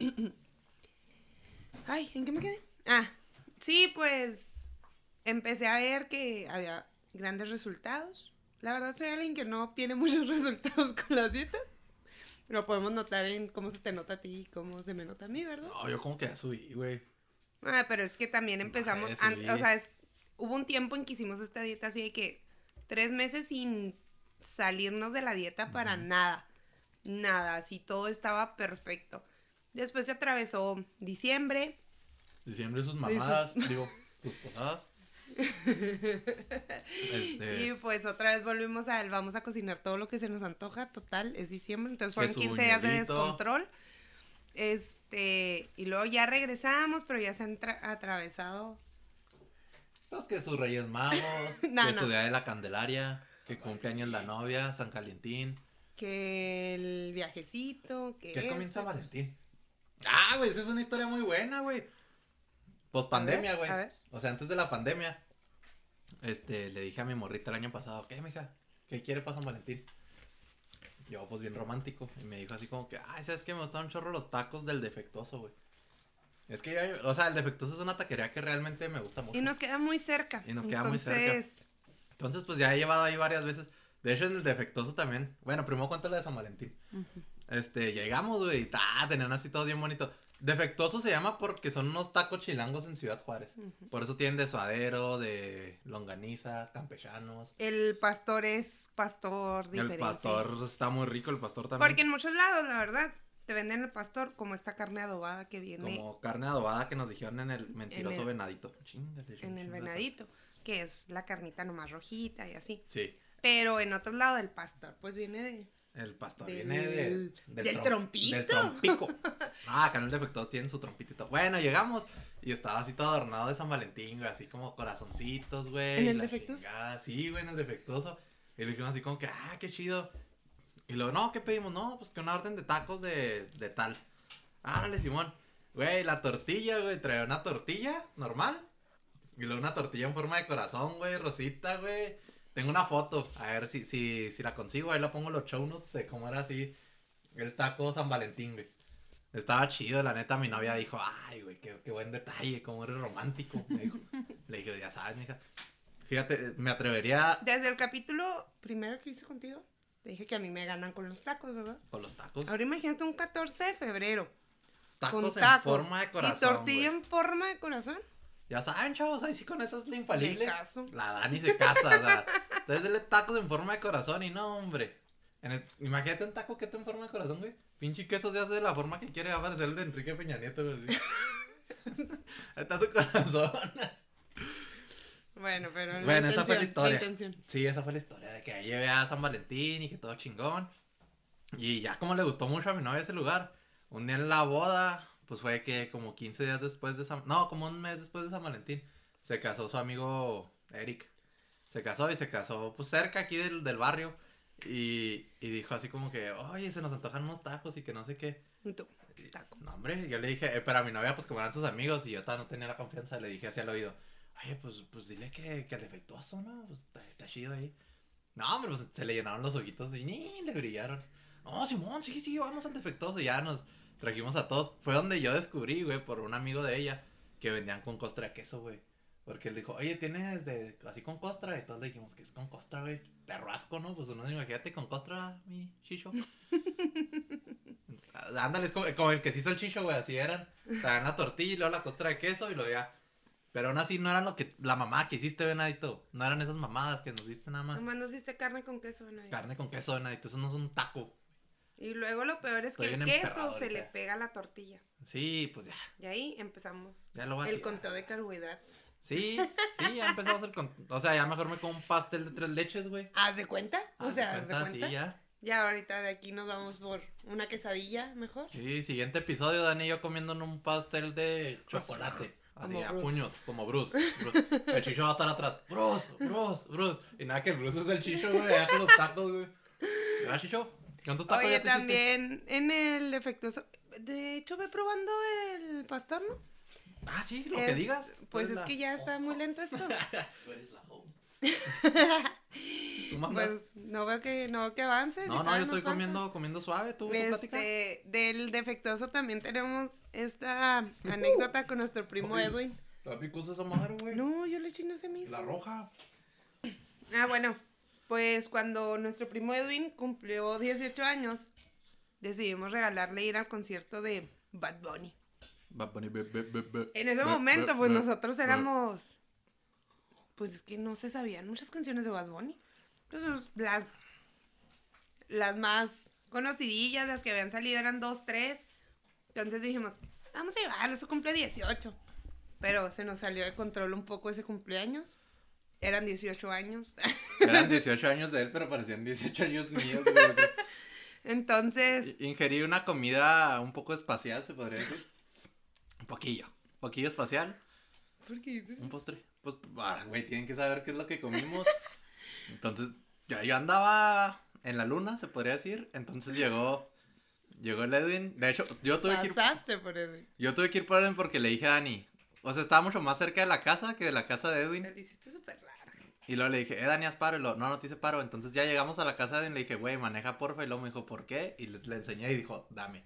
[SPEAKER 2] Ay, ¿en qué me quedé? Ah, sí, pues empecé a ver que había grandes resultados. La verdad soy alguien que no obtiene muchos resultados con las dietas. Pero podemos notar en cómo se te nota a ti y cómo se me nota a mí, ¿verdad?
[SPEAKER 1] No, yo como que ya subí, güey.
[SPEAKER 2] Ah, pero es que también empezamos,
[SPEAKER 1] Bajé,
[SPEAKER 2] an-
[SPEAKER 1] subí.
[SPEAKER 2] o sea, es- hubo un tiempo en que hicimos esta dieta así de que tres meses sin salirnos de la dieta para
[SPEAKER 1] Ujú.
[SPEAKER 2] nada, nada, así todo estaba perfecto. Después se atravesó diciembre.
[SPEAKER 1] Diciembre sus mamadas, digo, sus posadas. Este,
[SPEAKER 2] Y pues otra vez volvimos al vamos a cocinar todo lo que se nos antoja, total, es diciembre, entonces fueron
[SPEAKER 1] su
[SPEAKER 2] quince días de
[SPEAKER 1] buñuelito.
[SPEAKER 2] descontrol. Este, y luego ya regresamos, pero ya se han tra- atravesado.
[SPEAKER 1] pues que sus Reyes Magos,
[SPEAKER 2] No,
[SPEAKER 1] que
[SPEAKER 2] no.
[SPEAKER 1] su Día de la Candelaria, que cumpleaños la novia, San Calentín.
[SPEAKER 2] Que el viajecito, que
[SPEAKER 1] ¿Qué
[SPEAKER 2] esto.
[SPEAKER 1] comienza Valentín? Ah, güey, esa es una historia muy buena, güey. Post pandemia,
[SPEAKER 2] A ver,
[SPEAKER 1] güey.
[SPEAKER 2] a ver.
[SPEAKER 1] O sea, antes de la pandemia, este, le dije a mi morrita el año pasado, ¿qué, mija? ¿Qué quiere para San Valentín? Yo, pues bien romántico. Y me dijo así como que, ay, ¿sabes qué? Me gustan un chorro los tacos del defectuoso, güey. Es que, yo- o sea, el defectuoso es una taquería que realmente me gusta mucho.
[SPEAKER 2] Y nos queda muy cerca.
[SPEAKER 1] Y nos queda muy cerca.
[SPEAKER 2] Entonces,
[SPEAKER 1] Entonces, pues ya he llevado ahí varias veces. De hecho, en el defectuoso también. Bueno, primero cuento lo de San Valentín.
[SPEAKER 2] ujú.
[SPEAKER 1] Este, llegamos, güey, y ta, tenían así todo bien bonito. Defectuoso se llama porque son unos tacos chilangos en Ciudad Juárez.
[SPEAKER 2] Ujú.
[SPEAKER 1] Por eso tienen de suadero, de longaniza, campechanos.
[SPEAKER 2] El pastor es pastor diferente.
[SPEAKER 1] El pastor está muy rico, el pastor también.
[SPEAKER 2] Porque en muchos lados, la verdad, te venden el pastor como esta carne adobada que viene
[SPEAKER 1] Como carne adobada que nos dijeron en el mentiroso
[SPEAKER 2] En el-
[SPEAKER 1] venadito. Chíngale,
[SPEAKER 2] en el
[SPEAKER 1] chingada.
[SPEAKER 2] venadito, que es la carnita nomás rojita y así.
[SPEAKER 1] Sí,
[SPEAKER 2] Pero en otro lado el pastor, pues viene de...
[SPEAKER 1] el pastor
[SPEAKER 2] Del-
[SPEAKER 1] viene de,
[SPEAKER 2] del
[SPEAKER 1] trom-
[SPEAKER 2] trompito.
[SPEAKER 1] Del trompico. Ah, acá en el defectuoso tienen su trompitito. Bueno, llegamos y estaba así todo adornado de San Valentín, güey, así como corazoncitos, güey.
[SPEAKER 2] ¿En el
[SPEAKER 1] la
[SPEAKER 2] defectuoso?
[SPEAKER 1] chingada. Sí, güey, en el defectuoso. Y le dijimos así como que, ah, qué chido. Y luego, no, ¿qué pedimos? No, pues que una orden de tacos de, de tal. Árale, Simón. Güey, la tortilla, güey, trae una tortilla normal. Y luego una tortilla en forma de corazón, güey, rosita, güey. Tengo una foto, a ver si, si, si la consigo, ahí la pongo en los show notes de cómo era así el taco San Valentín, güey. Estaba chido, la neta, mi novia dijo, ay, güey, qué, qué buen detalle, cómo eres romántico, me dijo. Le dije, ya sabes, mija. Fíjate, me atrevería
[SPEAKER 2] Desde el capítulo primero que hice contigo, te dije que a mí me ganan con los tacos, ¿verdad?
[SPEAKER 1] con los tacos.
[SPEAKER 2] Ahora imagínate un catorce de febrero.
[SPEAKER 1] Tacos
[SPEAKER 2] con
[SPEAKER 1] en
[SPEAKER 2] tacos
[SPEAKER 1] forma de
[SPEAKER 2] y
[SPEAKER 1] corazón,
[SPEAKER 2] tortilla
[SPEAKER 1] güey.
[SPEAKER 2] en forma de corazón.
[SPEAKER 1] Ya saben, chavos, ahí sí con eso es la infalible.
[SPEAKER 2] Me caso.
[SPEAKER 1] La Dani se casa, o sea. Entonces dele tacos en forma de corazón y no, hombre. En el- imagínate un taco que está en forma de corazón, güey. Pinche queso se hace de la forma que quiere, va a parecer el de Enrique Peña Nieto, güey. Ahí está tu corazón.
[SPEAKER 2] Bueno, pero la
[SPEAKER 1] Bueno, esa fue la
[SPEAKER 2] intención, la
[SPEAKER 1] historia.
[SPEAKER 2] intención.
[SPEAKER 1] Sí, esa fue la historia de que ahí llevé a San Valentín y que todo chingón. Y ya como le gustó mucho a mi novia ese lugar, un día en la boda, pues fue que como quince días después de San... No, como un mes después de San Valentín, se casó su amigo Eric. Se casó y se casó pues cerca aquí del, del barrio. Y, y dijo así como que, oye, se nos antojan unos tacos y que no sé qué.
[SPEAKER 2] Y tú,
[SPEAKER 1] Y,
[SPEAKER 2] taco.
[SPEAKER 1] No, hombre, yo le dije, eh, pero a mi novia, pues como eran sus amigos y yo todavía no tenía la confianza, le dije así al oído, oye, pues, pues dile que, que el defectuoso, ¿no? Pues está, está chido ahí. No, hombre, pues se le llenaron los ojitos y ni le brillaron. No, Simón, sí, sí, vamos al defectuoso. Y ya nos trajimos a todos. Fue donde yo descubrí, güey, por un amigo de ella, que vendían con costra de queso, güey. Porque él dijo, oye, ¿tienes de así con costra? Y todos le dijimos que es con costra, güey. Perro asco, ¿no? Pues uno, imagínate con costra, mi chicho. Ándale, es como, como el que se hizo el chicho, güey, así eran. Traían la tortilla y luego la costra de queso y lo ya. Pero aún así no eran lo que, la mamá que hiciste, venadito. No eran esas mamadas que nos diste nada más.
[SPEAKER 2] Nomás nos diste carne con queso, Nadia.
[SPEAKER 1] Carne con queso, venadito, eso no es un taco.
[SPEAKER 2] Y luego lo peor es
[SPEAKER 1] Estoy
[SPEAKER 2] que el
[SPEAKER 1] bien
[SPEAKER 2] queso
[SPEAKER 1] emperrado
[SPEAKER 2] se
[SPEAKER 1] ahorita.
[SPEAKER 2] le pega a la tortilla.
[SPEAKER 1] Sí, pues ya.
[SPEAKER 2] Y ahí empezamos
[SPEAKER 1] Ya lo voy a
[SPEAKER 2] el
[SPEAKER 1] tirar.
[SPEAKER 2] conteo de carbohidratos.
[SPEAKER 1] Sí, sí, ya empezamos el con... O sea, ya mejor me como un pastel de tres leches, güey.
[SPEAKER 2] ¿Haz de cuenta? O
[SPEAKER 1] Haz
[SPEAKER 2] sea,
[SPEAKER 1] de
[SPEAKER 2] ¿haz de
[SPEAKER 1] cuenta,
[SPEAKER 2] cuenta?
[SPEAKER 1] Sí, ya.
[SPEAKER 2] Ya ahorita de aquí nos vamos por una quesadilla mejor.
[SPEAKER 1] Sí, siguiente episodio, Dani y yo comiendo un pastel de chocolate. Así,
[SPEAKER 2] Como
[SPEAKER 1] a
[SPEAKER 2] Bruce.
[SPEAKER 1] puños, como Bruce, Bruce. El chicho va a estar atrás. Bruce, Bruce, Bruce. Y nada, que el Bruce es el chicho, güey, allá con los tacos, güey. ¿Verdad, chicho? ¿Cuántos tacos
[SPEAKER 2] Oye,
[SPEAKER 1] ya te hiciste?
[SPEAKER 2] también en el defectuoso. De hecho, ve probando el pastor, ¿no?
[SPEAKER 1] Ah, sí, lo
[SPEAKER 2] Es-
[SPEAKER 1] que digas.
[SPEAKER 2] Pues
[SPEAKER 1] Tú
[SPEAKER 2] es
[SPEAKER 1] eres
[SPEAKER 2] que ya está muy lento esto.
[SPEAKER 1] la- Tú eres la host. ¿Tú mandas?
[SPEAKER 2] Pues no veo que, no veo que avances. y
[SPEAKER 1] No, no,
[SPEAKER 2] todavía
[SPEAKER 1] yo estoy
[SPEAKER 2] nos falta.
[SPEAKER 1] comiendo, comiendo suave, tú, tú platica.
[SPEAKER 2] Este, del defectuoso también tenemos esta anécdota con nuestro primo
[SPEAKER 1] Oye.
[SPEAKER 2] Edwin.
[SPEAKER 1] ¿La picosa esa madre, güey?
[SPEAKER 2] No, yo le eché no se me hizo.
[SPEAKER 1] La roja.
[SPEAKER 2] Ah, bueno, pues cuando nuestro primo Edwin cumplió dieciocho años, decidimos regalarle ir al concierto de Bad Bunny.
[SPEAKER 1] Va a poner be, be, be, be.
[SPEAKER 2] En ese
[SPEAKER 1] Be,
[SPEAKER 2] momento,
[SPEAKER 1] be,
[SPEAKER 2] pues
[SPEAKER 1] be,
[SPEAKER 2] nosotros
[SPEAKER 1] be.
[SPEAKER 2] éramos, pues es que no se sabían muchas canciones de Bad Bunny. Entonces, las, las más conocidillas, las que habían salido eran dos, tres. Entonces dijimos, vamos a llevarlo, su cumple dieciocho. Pero se nos salió de control un poco ese cumpleaños. Eran dieciocho años.
[SPEAKER 1] Eran dieciocho años de él, pero parecían dieciocho años míos, güey.
[SPEAKER 2] Entonces,
[SPEAKER 1] I- Ingerí una comida un poco espacial, se podría decir. Un poquillo. Un poquillo espacial.
[SPEAKER 2] ¿por qué dices
[SPEAKER 1] Un postre. Pues, ah, güey, tienen que saber qué es lo que comimos. Entonces, ya yo andaba en la luna, se podría decir. Entonces llegó, llegó el Edwin. De hecho, yo tuve que ir,
[SPEAKER 2] pasaste por Edwin?
[SPEAKER 1] yo tuve que ir por Edwin porque le dije a Dani. O sea, estaba mucho más cerca de la casa que de la casa de Edwin.
[SPEAKER 2] Lo hiciste súper largo.
[SPEAKER 1] Y luego le dije, eh, Dani, haz paro. Y luego, no, no te hice paro. Entonces ya llegamos a la casa de Edwin. Le dije, güey, maneja porfa. Y luego me dijo, ¿por qué? Y le, le enseñé y dijo, dame.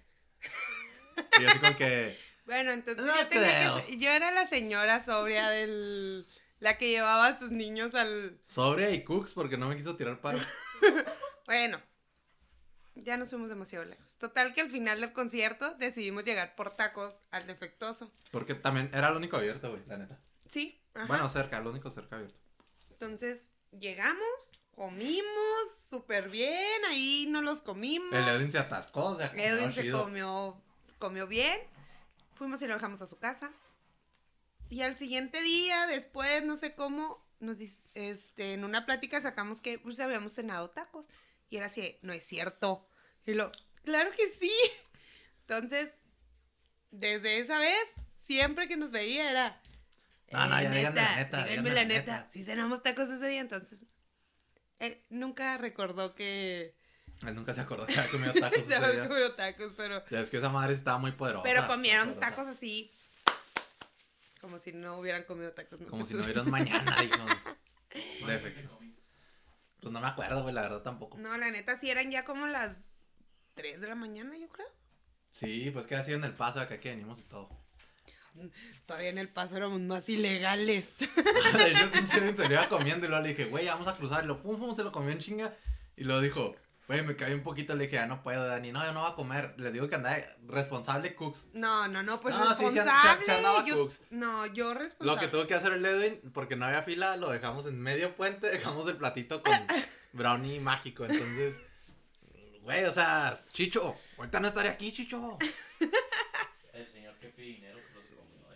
[SPEAKER 1] Y yo así con que,
[SPEAKER 2] Bueno, entonces
[SPEAKER 1] No
[SPEAKER 2] yo tenía
[SPEAKER 1] creo.
[SPEAKER 2] que ser- yo era la señora sobria del la que llevaba a sus niños al
[SPEAKER 1] sobria y cooks porque no me quiso tirar paro.
[SPEAKER 2] bueno. Ya nos fuimos demasiado lejos. Total que al final del concierto decidimos llegar por tacos al defectuoso.
[SPEAKER 1] Porque también era el único abierto, güey, la neta.
[SPEAKER 2] Sí, ajá.
[SPEAKER 1] Bueno, cerca, el único cerca abierto.
[SPEAKER 2] Entonces llegamos, comimos súper bien, ahí nos los comimos.
[SPEAKER 1] El Edwin se atascó, o sea,
[SPEAKER 2] Edwin se comió, comió bien. Fuimos y lo dejamos a su casa. Y al siguiente día, después, no sé cómo, nos dice, este, en una plática sacamos que pues habíamos cenado tacos. Y era así, no es cierto. Y lo, claro que sí. Entonces, desde esa vez, siempre que nos veía era.
[SPEAKER 1] No, no,
[SPEAKER 2] "Eh,
[SPEAKER 1] ya díganme la neta,
[SPEAKER 2] díganme
[SPEAKER 1] díganme
[SPEAKER 2] la
[SPEAKER 1] la
[SPEAKER 2] neta.
[SPEAKER 1] neta".
[SPEAKER 2] Sí cenamos tacos ese día, entonces. Él nunca recordó que
[SPEAKER 1] Él nunca se acordó que había comido tacos
[SPEAKER 2] se
[SPEAKER 1] ese
[SPEAKER 2] había
[SPEAKER 1] día.
[SPEAKER 2] comido tacos, pero.
[SPEAKER 1] Ya es que esa madre estaba muy poderosa.
[SPEAKER 2] Pero comieron
[SPEAKER 1] poderosa.
[SPEAKER 2] tacos así. Como si no hubieran comido tacos. nunca.
[SPEAKER 1] Como si no hubieran mañana, hijos. De efecto. Pues no me acuerdo, güey, la verdad tampoco.
[SPEAKER 2] No, la neta, sí eran ya como las tres de la mañana, yo creo.
[SPEAKER 1] Sí, pues que ha sido en el paso de acá que venimos y todo.
[SPEAKER 2] Todavía en el paso éramos más ilegales.
[SPEAKER 1] De hecho, el pinche Edwin se lo iba comiendo y luego le dije, güey, vamos a cruzar. Y lo pum, pum, se lo comió en chinga. Y luego dijo, güey, me caí un poquito. Le dije, ya no puedo, Dani. No, yo no voy a comer. Les digo que andaba responsable cooks.
[SPEAKER 2] No, no, no, pues
[SPEAKER 1] No, sí, sí,
[SPEAKER 2] responsable.
[SPEAKER 1] sí, sí andaba
[SPEAKER 2] yo,
[SPEAKER 1] cooks.
[SPEAKER 2] no, yo responsable.
[SPEAKER 1] Lo que tuvo que hacer el Edwin, porque no había fila, lo dejamos en medio puente, dejamos el platito con brownie mágico. Entonces, güey, o sea, Chicho, ahorita no estaré aquí, Chicho.
[SPEAKER 3] El señor que pide dinero se los comió, eh.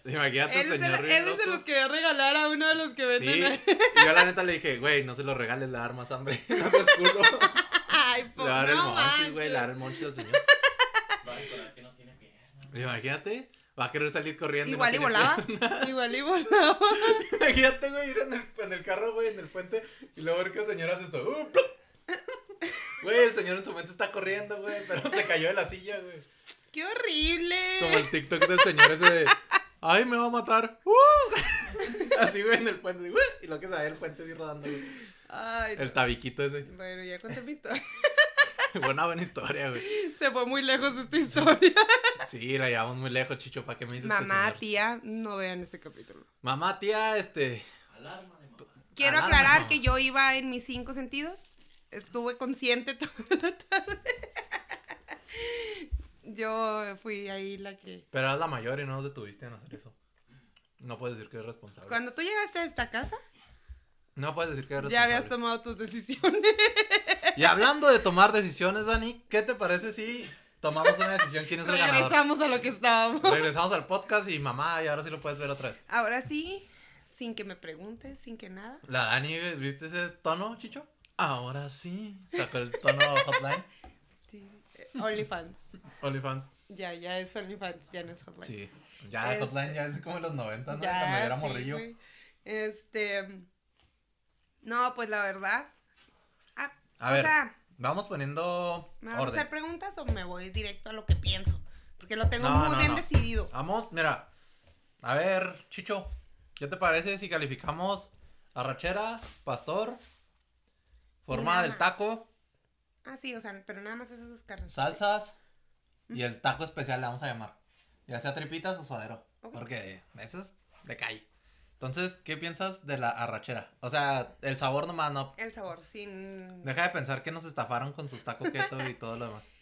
[SPEAKER 1] Imagínate el
[SPEAKER 2] Él se,
[SPEAKER 1] señor
[SPEAKER 2] lo-
[SPEAKER 1] bien
[SPEAKER 2] ese se
[SPEAKER 1] loco.
[SPEAKER 2] los quería regalar a uno de los que
[SPEAKER 1] Sí,
[SPEAKER 2] venden. ahí.
[SPEAKER 1] y yo la neta le dije, güey, no se lo regales, le va a dar más hambre. No seas culo.
[SPEAKER 2] Ay,
[SPEAKER 1] Le
[SPEAKER 2] po,
[SPEAKER 1] va a dar el
[SPEAKER 2] no
[SPEAKER 1] monchis, güey, le va a
[SPEAKER 2] manches.
[SPEAKER 1] dar el monchis al señor.
[SPEAKER 3] Va a recordar que no tiene pierna.
[SPEAKER 1] Imagínate, va a querer salir corriendo. y no
[SPEAKER 2] Igual y
[SPEAKER 1] tiene
[SPEAKER 2] volaba.
[SPEAKER 1] piernas.
[SPEAKER 2] Igual y volaba.
[SPEAKER 1] Imagínate, güey, ir en el, en el carro, güey, en el puente, y luego ver que el señor hace esto. Uh, plop. Güey, el señor en su mente está corriendo, güey, pero se cayó de la silla, güey.
[SPEAKER 2] ¡Qué horrible!
[SPEAKER 1] Como el TikTok del señor ese de, ay, me va a matar. Uh. Así, güey, en el puente, güey, y lo que se ve el puente así rodando, güey.
[SPEAKER 2] Ay,
[SPEAKER 1] El tabiquito ese.
[SPEAKER 2] bueno, ya conté mi historia.
[SPEAKER 1] Buena, buena historia, güey.
[SPEAKER 2] Se fue muy lejos esta historia.
[SPEAKER 1] Sí, la llevamos muy lejos, Chicho, ¿para qué me dices que el
[SPEAKER 2] Mamá,
[SPEAKER 1] señor?
[SPEAKER 2] tía, no vean este capítulo.
[SPEAKER 1] Mamá, tía, este...
[SPEAKER 3] Alarma de mamá.
[SPEAKER 2] Quiero
[SPEAKER 1] Alarma,
[SPEAKER 2] aclarar
[SPEAKER 1] mamá.
[SPEAKER 2] que yo iba en mis cinco sentidos. Estuve consciente toda la tarde. Yo fui ahí la que...
[SPEAKER 1] Pero eras la mayor y no nos detuviste en hacer eso. No puedes decir que eres responsable.
[SPEAKER 2] Cuando tú llegaste a esta casa,
[SPEAKER 1] No puedes decir que eres
[SPEAKER 2] ya
[SPEAKER 1] responsable.
[SPEAKER 2] habías tomado tus decisiones.
[SPEAKER 1] Y hablando de tomar decisiones, Dani, ¿qué te parece si tomamos una decisión? ¿Quién es el ganador?
[SPEAKER 2] Regresamos a lo que estábamos.
[SPEAKER 1] Regresamos al podcast y mamá, y ahora sí lo puedes ver otra vez.
[SPEAKER 2] Ahora sí, sin que me preguntes, sin que nada.
[SPEAKER 1] La Dani, ¿viste ese tono, Chicho? Ahora sí. Sacó el tono hotline.
[SPEAKER 2] Sí. eh, OnlyFans.
[SPEAKER 1] OnlyFans.
[SPEAKER 2] Ya, ya es OnlyFans, ya no es Hotline.
[SPEAKER 1] Sí. Ya,
[SPEAKER 2] Es-
[SPEAKER 1] hotline ya es como en los noventa, ¿no?
[SPEAKER 2] Ya,
[SPEAKER 1] Cuando yo era
[SPEAKER 2] sí,
[SPEAKER 1] morrillo.
[SPEAKER 2] güey. Este. No, pues la verdad. Ah,
[SPEAKER 1] A
[SPEAKER 2] o
[SPEAKER 1] ver,
[SPEAKER 2] sea,
[SPEAKER 1] vamos poniendo
[SPEAKER 2] ¿me vas a
[SPEAKER 1] orden.
[SPEAKER 2] hacer preguntas o me voy directo a lo que pienso? Porque lo tengo
[SPEAKER 1] No,
[SPEAKER 2] muy
[SPEAKER 1] no,
[SPEAKER 2] bien
[SPEAKER 1] no.
[SPEAKER 2] decidido.
[SPEAKER 1] Vamos, mira. A ver, Chicho, ¿qué te parece si calificamos arrachera, pastor, forma
[SPEAKER 2] Nada
[SPEAKER 1] del
[SPEAKER 2] más.
[SPEAKER 1] taco,
[SPEAKER 2] Ah, sí, o sea, pero nada más esas dos carnes.
[SPEAKER 1] salsas y el taco especial le vamos a llamar? Ya sea tripitas o suadero,
[SPEAKER 2] Ok.
[SPEAKER 1] porque eso es de calle. Entonces, ¿qué piensas de la arrachera? O sea, el sabor nomás, no.
[SPEAKER 2] El sabor, sin.
[SPEAKER 1] Deja de pensar que nos estafaron con sus tacos keto y todo lo demás.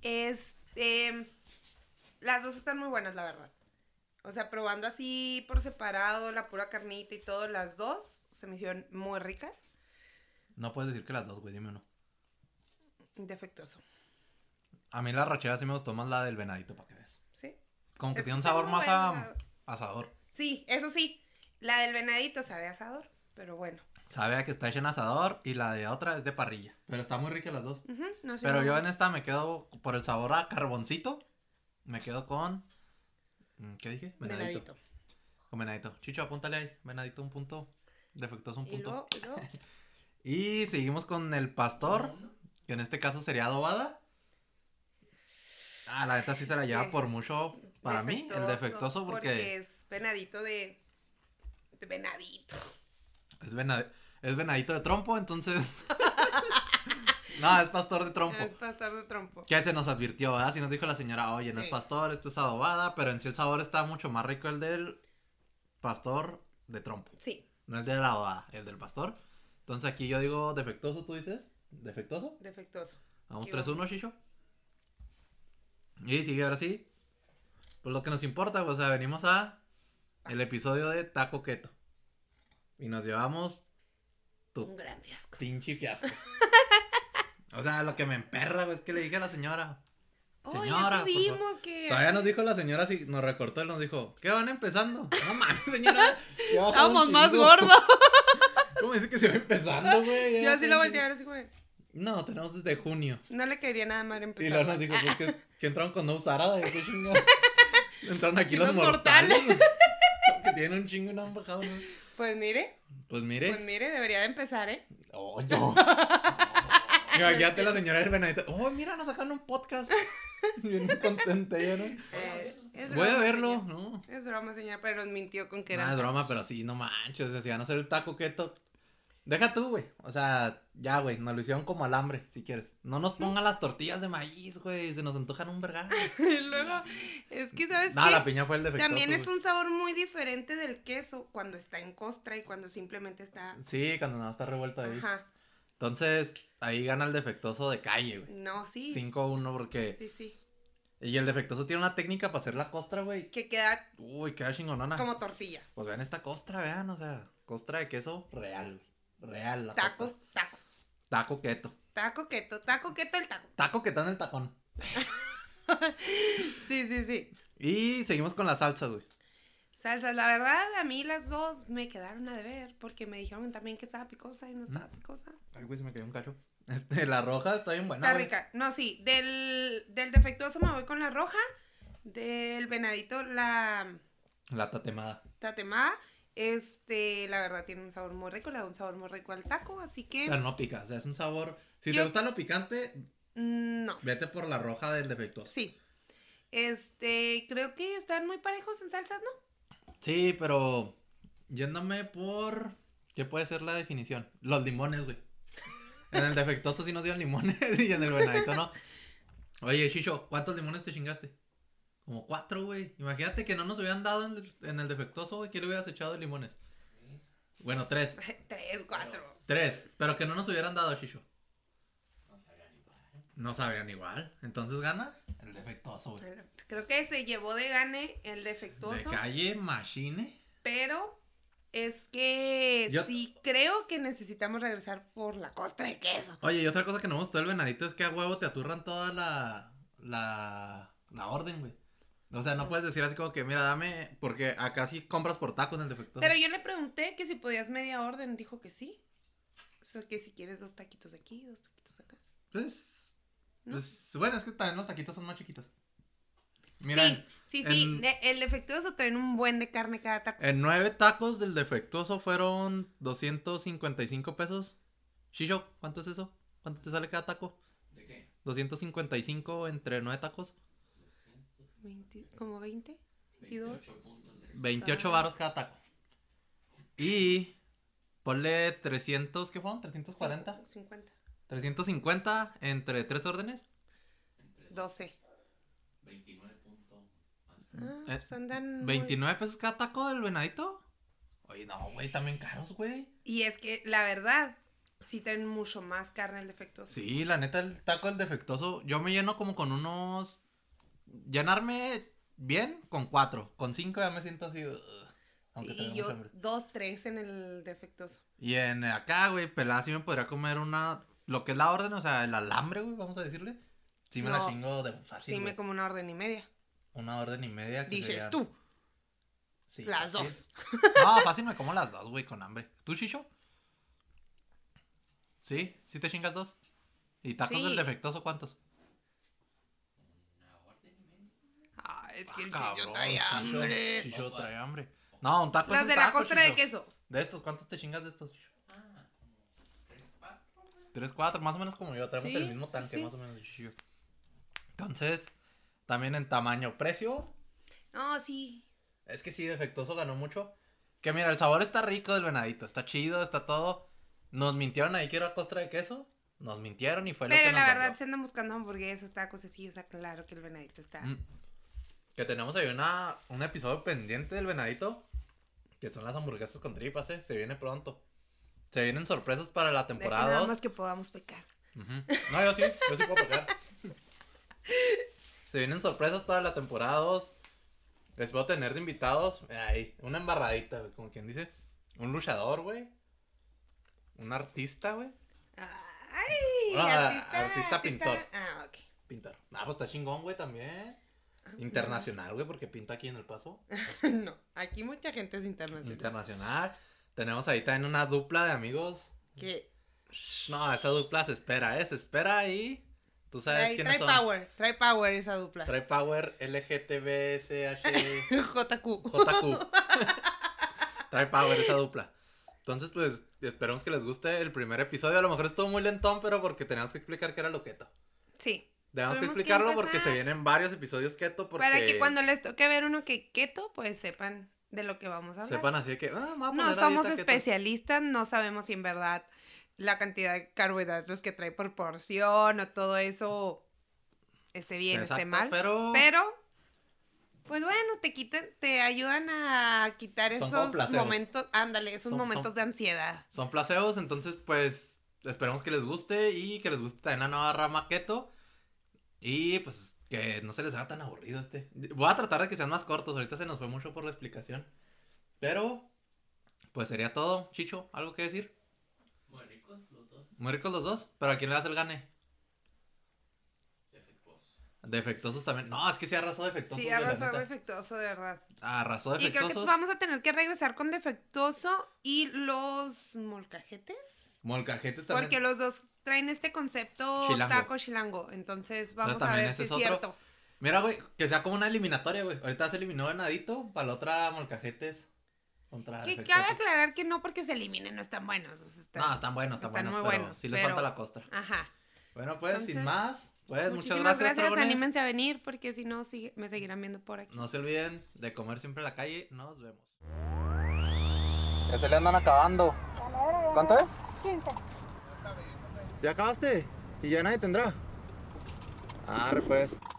[SPEAKER 2] Este. Las dos están muy buenas, la verdad. O sea, probando así por separado, la pura carnita y todo, las dos se me hicieron muy ricas.
[SPEAKER 1] No puedes decir que las dos, güey, dime uno.
[SPEAKER 2] Defectuoso.
[SPEAKER 1] A mí la arrachera sí me gustó más la del venadito, para que veas.
[SPEAKER 2] ¿Sí?
[SPEAKER 1] Como que
[SPEAKER 2] Es que
[SPEAKER 1] tiene un
[SPEAKER 2] está
[SPEAKER 1] sabor
[SPEAKER 2] muy
[SPEAKER 1] más
[SPEAKER 2] buena,
[SPEAKER 1] a
[SPEAKER 2] la-
[SPEAKER 1] asador.
[SPEAKER 2] Sí, eso sí. La del venadito sabe a asador, pero bueno.
[SPEAKER 1] Sabe a que está hecha en asador y la de otra es de parrilla. Pero está muy rica las dos.
[SPEAKER 2] Ujú, no sé,
[SPEAKER 1] Pero
[SPEAKER 2] no-
[SPEAKER 1] yo en esta me quedo por el sabor a carboncito. Me quedo con... mm, ¿Qué dije? Venadito.
[SPEAKER 2] venadito.
[SPEAKER 1] Con venadito. Chicho, apúntale ahí. Venadito un punto. Defectuoso un
[SPEAKER 2] Y
[SPEAKER 1] punto.
[SPEAKER 2] luego, y luego,
[SPEAKER 1] Y seguimos con el pastor. Que en este caso sería adobada. Ah, la neta sí se la lleva
[SPEAKER 2] Sí.
[SPEAKER 1] por mucho para mí. El defectuoso porque,
[SPEAKER 2] es venadito de... de venadito.
[SPEAKER 1] es, vena- es venadito de trompo, entonces... No, es pastor de trompo.
[SPEAKER 2] Es pastor de trompo.
[SPEAKER 1] Que se nos advirtió, ¿verdad? Si nos dijo la señora, oye, no
[SPEAKER 2] Sí.
[SPEAKER 1] es pastor, esto es adobada, pero en sí el sabor está mucho más rico el del pastor de trompo.
[SPEAKER 2] Sí,
[SPEAKER 1] No el de la adobada, el del pastor. Entonces aquí yo digo defectuoso, ¿tú dices? ¿Defectuoso?
[SPEAKER 2] defectuoso.
[SPEAKER 1] Vamos
[SPEAKER 2] Aquí
[SPEAKER 1] tres uno,
[SPEAKER 2] vamos.
[SPEAKER 1] Shisho. Y sigue ahora sí. Pues lo que nos importa, pues, o sea, venimos a el episodio de Taco Keto. Y nos llevamos tu
[SPEAKER 2] Un gran fiasco.
[SPEAKER 1] pinche fiasco. O sea, lo que me emperra, güey, es que le dije a la señora.
[SPEAKER 2] Oye,
[SPEAKER 1] Señora,
[SPEAKER 2] es que
[SPEAKER 1] por favor.
[SPEAKER 2] vimos que...
[SPEAKER 1] Todavía nos dijo la señora, si nos recortó, y nos dijo, ¿qué van empezando? No mames, señora. ya ha bajado un
[SPEAKER 2] Estamos más
[SPEAKER 1] chingo.
[SPEAKER 2] gordos.
[SPEAKER 1] ¿Cómo dice que se va empezando, güey? Ya
[SPEAKER 2] Yo así
[SPEAKER 1] bajó
[SPEAKER 2] lo
[SPEAKER 1] un
[SPEAKER 2] volteé a
[SPEAKER 1] chingo.
[SPEAKER 2] ver así, güey.
[SPEAKER 1] No, tenemos desde junio.
[SPEAKER 2] No le quería nada más
[SPEAKER 1] Y
[SPEAKER 2] empezar.
[SPEAKER 1] luego nos dijo, pues, que, que entraron con no usara, de qué chingada. Entraron aquí
[SPEAKER 2] Y
[SPEAKER 1] los,
[SPEAKER 2] los
[SPEAKER 1] mortales. que tienen un chingo y no han bajado, ¿no?
[SPEAKER 2] Pues mire,
[SPEAKER 1] Pues mire.
[SPEAKER 2] pues mire, debería de empezar, ¿eh?
[SPEAKER 1] Oh, no. Imagínate la señora del venadito. Oh, mira, nos sacaron un podcast. Bien contenta ella, ¿no?
[SPEAKER 2] Eh, es
[SPEAKER 1] Voy a
[SPEAKER 2] broma,
[SPEAKER 1] verlo,
[SPEAKER 2] señor.
[SPEAKER 1] ¿no?
[SPEAKER 2] Es broma, señor, pero nos mintió con que
[SPEAKER 1] Nada
[SPEAKER 2] era...
[SPEAKER 1] de broma, pero sí, no manches. O sea, si van a hacer el taco keto. Deja tú, güey. O sea, ya, güey. Nos lo hicieron como alambre, si quieres. No nos pongan las tortillas de maíz, güey. Se nos antojan un vergal.
[SPEAKER 2] Y luego, es que, ¿sabes
[SPEAKER 1] No,
[SPEAKER 2] qué?
[SPEAKER 1] la piña fue el defectuoso.
[SPEAKER 2] También es
[SPEAKER 1] güey.
[SPEAKER 2] un sabor muy diferente del queso cuando está en costra y cuando simplemente está...
[SPEAKER 1] Sí, cuando nada está revuelto ahí.
[SPEAKER 2] Ajá.
[SPEAKER 1] Entonces, ahí gana el defectuoso de calle, güey.
[SPEAKER 2] No, sí.
[SPEAKER 1] cinco uno porque...
[SPEAKER 2] Sí, sí.
[SPEAKER 1] Y el defectuoso tiene una técnica para hacer la costra, güey.
[SPEAKER 2] Que queda
[SPEAKER 1] Uy, queda chingonona.
[SPEAKER 2] como tortilla.
[SPEAKER 1] Pues vean esta costra, vean, o sea, costra de queso real, güey. Real la
[SPEAKER 2] Taco,
[SPEAKER 1] costra.
[SPEAKER 2] taco.
[SPEAKER 1] Taco keto.
[SPEAKER 2] Taco keto, taco keto el taco.
[SPEAKER 1] Taco keto en el tacón.
[SPEAKER 2] Sí, sí, sí.
[SPEAKER 1] Y seguimos con las salsas, güey.
[SPEAKER 2] Salsas, la verdad, a mí las dos me quedaron a deber, porque me dijeron también que estaba picosa y no estaba picosa.
[SPEAKER 1] Ay, güey, se me cayó un cacho. Este, la roja está bien buena,
[SPEAKER 2] Está
[SPEAKER 1] güey.
[SPEAKER 2] rica. No, sí, del, del defectuoso me voy con la roja, del venadito la
[SPEAKER 1] La tatemada.
[SPEAKER 2] tatemada. Este, la verdad, tiene un sabor muy rico, le da un sabor muy rico al taco, así que...
[SPEAKER 1] Pero no pica, o sea, es un sabor... Si
[SPEAKER 2] Yo-
[SPEAKER 1] te gusta lo picante,
[SPEAKER 2] mm, No,
[SPEAKER 1] vete por la roja del defectuoso.
[SPEAKER 2] sí. Este, creo que están muy parejos en salsas, ¿no?
[SPEAKER 1] Sí, pero yéndome por... ¿Qué puede ser la definición? Los limones, güey. En el defectuoso sí nos dieron limones y en el venadito no. Oye, Shisho, ¿cuántos limones te chingaste? Como cuatro, güey. Imagínate que no nos hubieran dado en el, en el defectuoso, güey. ¿Qué le hubieras echado de limones? Bueno, tres.
[SPEAKER 2] Tres, cuatro.
[SPEAKER 1] Tres. Pero que no nos hubieran dado, Shisho.
[SPEAKER 3] No sabían igual.
[SPEAKER 1] No sabrían igual. Entonces gana el defectuoso, güey.
[SPEAKER 2] Creo que se llevó de gane el
[SPEAKER 1] De
[SPEAKER 2] defectuoso,
[SPEAKER 1] calle Machine.
[SPEAKER 2] pero es que
[SPEAKER 1] Yo-
[SPEAKER 2] sí creo que necesitamos regresar por la costra de queso.
[SPEAKER 1] Oye, y otra cosa que no me gustó del venadito es que a huevo te aturran toda la. La. La orden, güey. O sea, no puedes decir así como que, mira, dame. Porque acá sí compras por taco en el defectuoso.
[SPEAKER 2] Pero yo le pregunté que si podías media orden, dijo que sí. O sea, que si quieres dos taquitos de aquí, dos taquitos de acá.
[SPEAKER 1] Pues,
[SPEAKER 2] ¿No?
[SPEAKER 1] pues, bueno, es que también los taquitos son más chiquitos. Mira,
[SPEAKER 2] sí, sí, sí,
[SPEAKER 1] en-
[SPEAKER 2] de- el defectuoso traen un buen de carne cada taco.
[SPEAKER 1] en nueve tacos del defectuoso fueron doscientos cincuenta y cinco pesos. Shisho, ¿cuánto es eso? ¿Cuánto te sale cada taco?
[SPEAKER 3] ¿De qué?
[SPEAKER 1] doscientos cincuenta y cinco entre nueve tacos.
[SPEAKER 2] veinte, ¿como veinte? veintidós.
[SPEAKER 3] veintiocho puntos.
[SPEAKER 1] veintiocho
[SPEAKER 2] Ah.
[SPEAKER 1] varos cada taco. Y ponle trescientos, ¿qué fueron? trescientos cuarenta.
[SPEAKER 2] cincuenta.
[SPEAKER 1] trescientos cincuenta entre tres órdenes.
[SPEAKER 3] Entre
[SPEAKER 2] doce.
[SPEAKER 3] veintinueve puntos.
[SPEAKER 2] Ah,
[SPEAKER 1] Eh,
[SPEAKER 2] pues andan muy-
[SPEAKER 1] ¿veintinueve pesos cada taco del venadito? Oye, no, güey, también caros, güey.
[SPEAKER 2] Y es que, la verdad, sí traen mucho más carne el defectuoso.
[SPEAKER 1] Sí, la neta, el taco del defectuoso, yo me lleno como con unos... Llenarme bien con cuatro. Con cinco ya me siento así... ugh, aunque
[SPEAKER 2] Y
[SPEAKER 1] tenga
[SPEAKER 2] yo
[SPEAKER 1] mucha hambre.
[SPEAKER 2] dos, tres en el defectuoso.
[SPEAKER 1] Y en acá, güey, pelada sí me podría comer una... Lo que es la orden, o sea, el alambre, güey, vamos a decirle. Sí me la
[SPEAKER 2] No,
[SPEAKER 1] chingo de fácil,
[SPEAKER 2] Sí, me
[SPEAKER 1] güey.
[SPEAKER 2] como una orden y media.
[SPEAKER 1] Una orden y media. que
[SPEAKER 2] Dices
[SPEAKER 1] serían-
[SPEAKER 2] tú,
[SPEAKER 1] Sí,
[SPEAKER 2] las
[SPEAKER 1] fácil.
[SPEAKER 2] dos.
[SPEAKER 1] No, fácil me como las dos, güey, con hambre. ¿Tú, Shisho? ¿Sí? ¿Sí te chingas dos? ¿Y tacos
[SPEAKER 2] Sí.
[SPEAKER 1] del defectuoso cuántos?
[SPEAKER 3] Una orden y media.
[SPEAKER 2] Ah, es que
[SPEAKER 1] Ah,
[SPEAKER 2] el
[SPEAKER 1] cabrón,
[SPEAKER 2] chillo trae
[SPEAKER 1] Shisho,
[SPEAKER 2] hambre.
[SPEAKER 1] Shisho trae hambre. No, un taco es
[SPEAKER 2] Las
[SPEAKER 1] un
[SPEAKER 2] de la
[SPEAKER 1] taco,
[SPEAKER 2] costra de
[SPEAKER 1] Shisho.
[SPEAKER 2] queso.
[SPEAKER 1] De estos, ¿cuántos te chingas de estos, Shisho?
[SPEAKER 3] Ah, como tres, cuatro.
[SPEAKER 1] Tres, cuatro, más o menos como yo. Tenemos
[SPEAKER 2] Sí,
[SPEAKER 1] el mismo
[SPEAKER 2] sí,
[SPEAKER 1] tanque,
[SPEAKER 2] sí.
[SPEAKER 1] más o menos, Shisho. Entonces, también en tamaño, precio.
[SPEAKER 2] No, sí.
[SPEAKER 1] Es que sí, defectuoso ganó mucho. Que mira, el sabor está rico del venadito. Está chido, está todo. Nos mintieron ahí que era costra de queso. Nos mintieron y fue lo
[SPEAKER 2] Pero
[SPEAKER 1] que nos
[SPEAKER 2] la verdad,
[SPEAKER 1] dolió.
[SPEAKER 2] si andan buscando hamburguesas, tacos así, o sea, claro que el venadito está.
[SPEAKER 1] Mm. Que tenemos ahí una, un episodio pendiente del venadito. Que son las hamburguesas con tripas, eh. Se viene pronto. Se vienen sorpresas para la
[SPEAKER 2] Dejen
[SPEAKER 1] temporada
[SPEAKER 2] nada
[SPEAKER 1] dos.
[SPEAKER 2] más que podamos pecar.
[SPEAKER 1] Ujú. No, yo sí, yo sí puedo pegar. Se vienen sorpresas para la temporada dos. Espero tener de invitados. Ahí, una embarradita, güey, como quien dice. Un luchador, güey. Un artista, güey.
[SPEAKER 2] Ay,
[SPEAKER 1] No,
[SPEAKER 2] artista,
[SPEAKER 1] artista pintor.
[SPEAKER 2] Ah, ok.
[SPEAKER 1] Pintar. Ah, pues está chingón, güey, también. Internacional, güey, porque pinta aquí en El Paso.
[SPEAKER 2] No, aquí mucha gente es internacional.
[SPEAKER 1] Internacional. Tenemos ahí también una dupla de amigos.
[SPEAKER 2] Que
[SPEAKER 1] No, esa dupla se espera, ¿eh? Se espera ahí. Tú sabes
[SPEAKER 2] trae,
[SPEAKER 1] quiénes
[SPEAKER 2] trae
[SPEAKER 1] son.
[SPEAKER 2] power, trae power esa dupla.
[SPEAKER 1] Trae Power L G T B S H
[SPEAKER 2] J Q.
[SPEAKER 1] J Q. Trae Power esa dupla. Entonces, pues, esperemos que les guste el primer episodio. A lo mejor estuvo muy lentón, pero porque teníamos que explicar que era lo keto.
[SPEAKER 2] Sí.
[SPEAKER 1] Debemos que
[SPEAKER 2] Tuvimos que
[SPEAKER 1] explicarlo porque
[SPEAKER 2] empezar.
[SPEAKER 1] se vienen varios episodios keto. Porque
[SPEAKER 2] Para que cuando les toque ver uno que keto, pues sepan de lo que vamos a hablar.
[SPEAKER 1] sepan así de que, ah, me voy a
[SPEAKER 2] No
[SPEAKER 1] poner a
[SPEAKER 2] somos
[SPEAKER 1] dieta keto.
[SPEAKER 2] especialistas, no sabemos si en verdad la cantidad de carbohidratos que trae por porción o todo eso esté bien,
[SPEAKER 1] Exacto,
[SPEAKER 2] esté mal.
[SPEAKER 1] Pero,
[SPEAKER 2] Pero, pues bueno, te quitan, te ayudan a quitar
[SPEAKER 1] Son como
[SPEAKER 2] esos
[SPEAKER 1] placebos.
[SPEAKER 2] momentos, ándale, esos
[SPEAKER 1] Son-
[SPEAKER 2] momentos
[SPEAKER 1] son-
[SPEAKER 2] de ansiedad.
[SPEAKER 1] son placebos. Entonces, pues, esperemos que les guste y que les guste también la nueva rama keto. Y, pues, que no se les haga tan aburrido este. Voy a tratar de que sean más cortos. Ahorita se nos fue mucho por la explicación. Pero, pues sería todo. Chicho, ¿algo que decir?
[SPEAKER 3] Muy ricos los dos.
[SPEAKER 1] Muy ricos los dos. Pero ¿a quién le das el gane?
[SPEAKER 3] Defectuoso.
[SPEAKER 1] Defectuosos también. No, es que sí arrasó defectuosos.
[SPEAKER 2] Sí,
[SPEAKER 1] güey, la
[SPEAKER 2] arrasó
[SPEAKER 1] neta.
[SPEAKER 2] defectuoso, de verdad.
[SPEAKER 1] Arrasó
[SPEAKER 2] Y creo que
[SPEAKER 1] defectuosos.
[SPEAKER 2] vamos a tener que regresar con defectuoso y los molcajetes.
[SPEAKER 1] Molcajetes también.
[SPEAKER 2] Porque los dos traen este concepto
[SPEAKER 1] Chilango.
[SPEAKER 2] taco chilango. Entonces vamos a
[SPEAKER 1] también
[SPEAKER 2] ver
[SPEAKER 1] ese
[SPEAKER 2] si
[SPEAKER 1] es
[SPEAKER 2] es
[SPEAKER 1] otro.
[SPEAKER 2] cierto.
[SPEAKER 1] Mira, güey, que sea como una eliminatoria, güey. Ahorita se eliminó Venadito, para la otra Molcajetes. Contra
[SPEAKER 2] Que
[SPEAKER 1] defectuosos.
[SPEAKER 2] cabe aclarar que no porque se eliminen no están buenos. o sea, están-
[SPEAKER 1] No, están buenos, están,
[SPEAKER 2] están
[SPEAKER 1] buenos,
[SPEAKER 2] muy
[SPEAKER 1] pero
[SPEAKER 2] buenos,
[SPEAKER 1] sí les
[SPEAKER 2] pero-
[SPEAKER 1] falta la costra.
[SPEAKER 2] Ajá.
[SPEAKER 1] Bueno, pues,
[SPEAKER 2] Entonces,
[SPEAKER 1] sin más, pues, muchas
[SPEAKER 2] Muchísimas
[SPEAKER 1] gracias,
[SPEAKER 2] gracias.
[SPEAKER 1] dragones.
[SPEAKER 2] Anímense a venir porque si no sigue- me seguirán viendo por aquí.
[SPEAKER 1] No se olviden de comer siempre en la calle. Nos vemos. Ya se le andan acabando. ¿Cuánto es?
[SPEAKER 4] quince.
[SPEAKER 1] ¿Ya acabaste? ¿Y ya nadie tendrá? Ah, pues.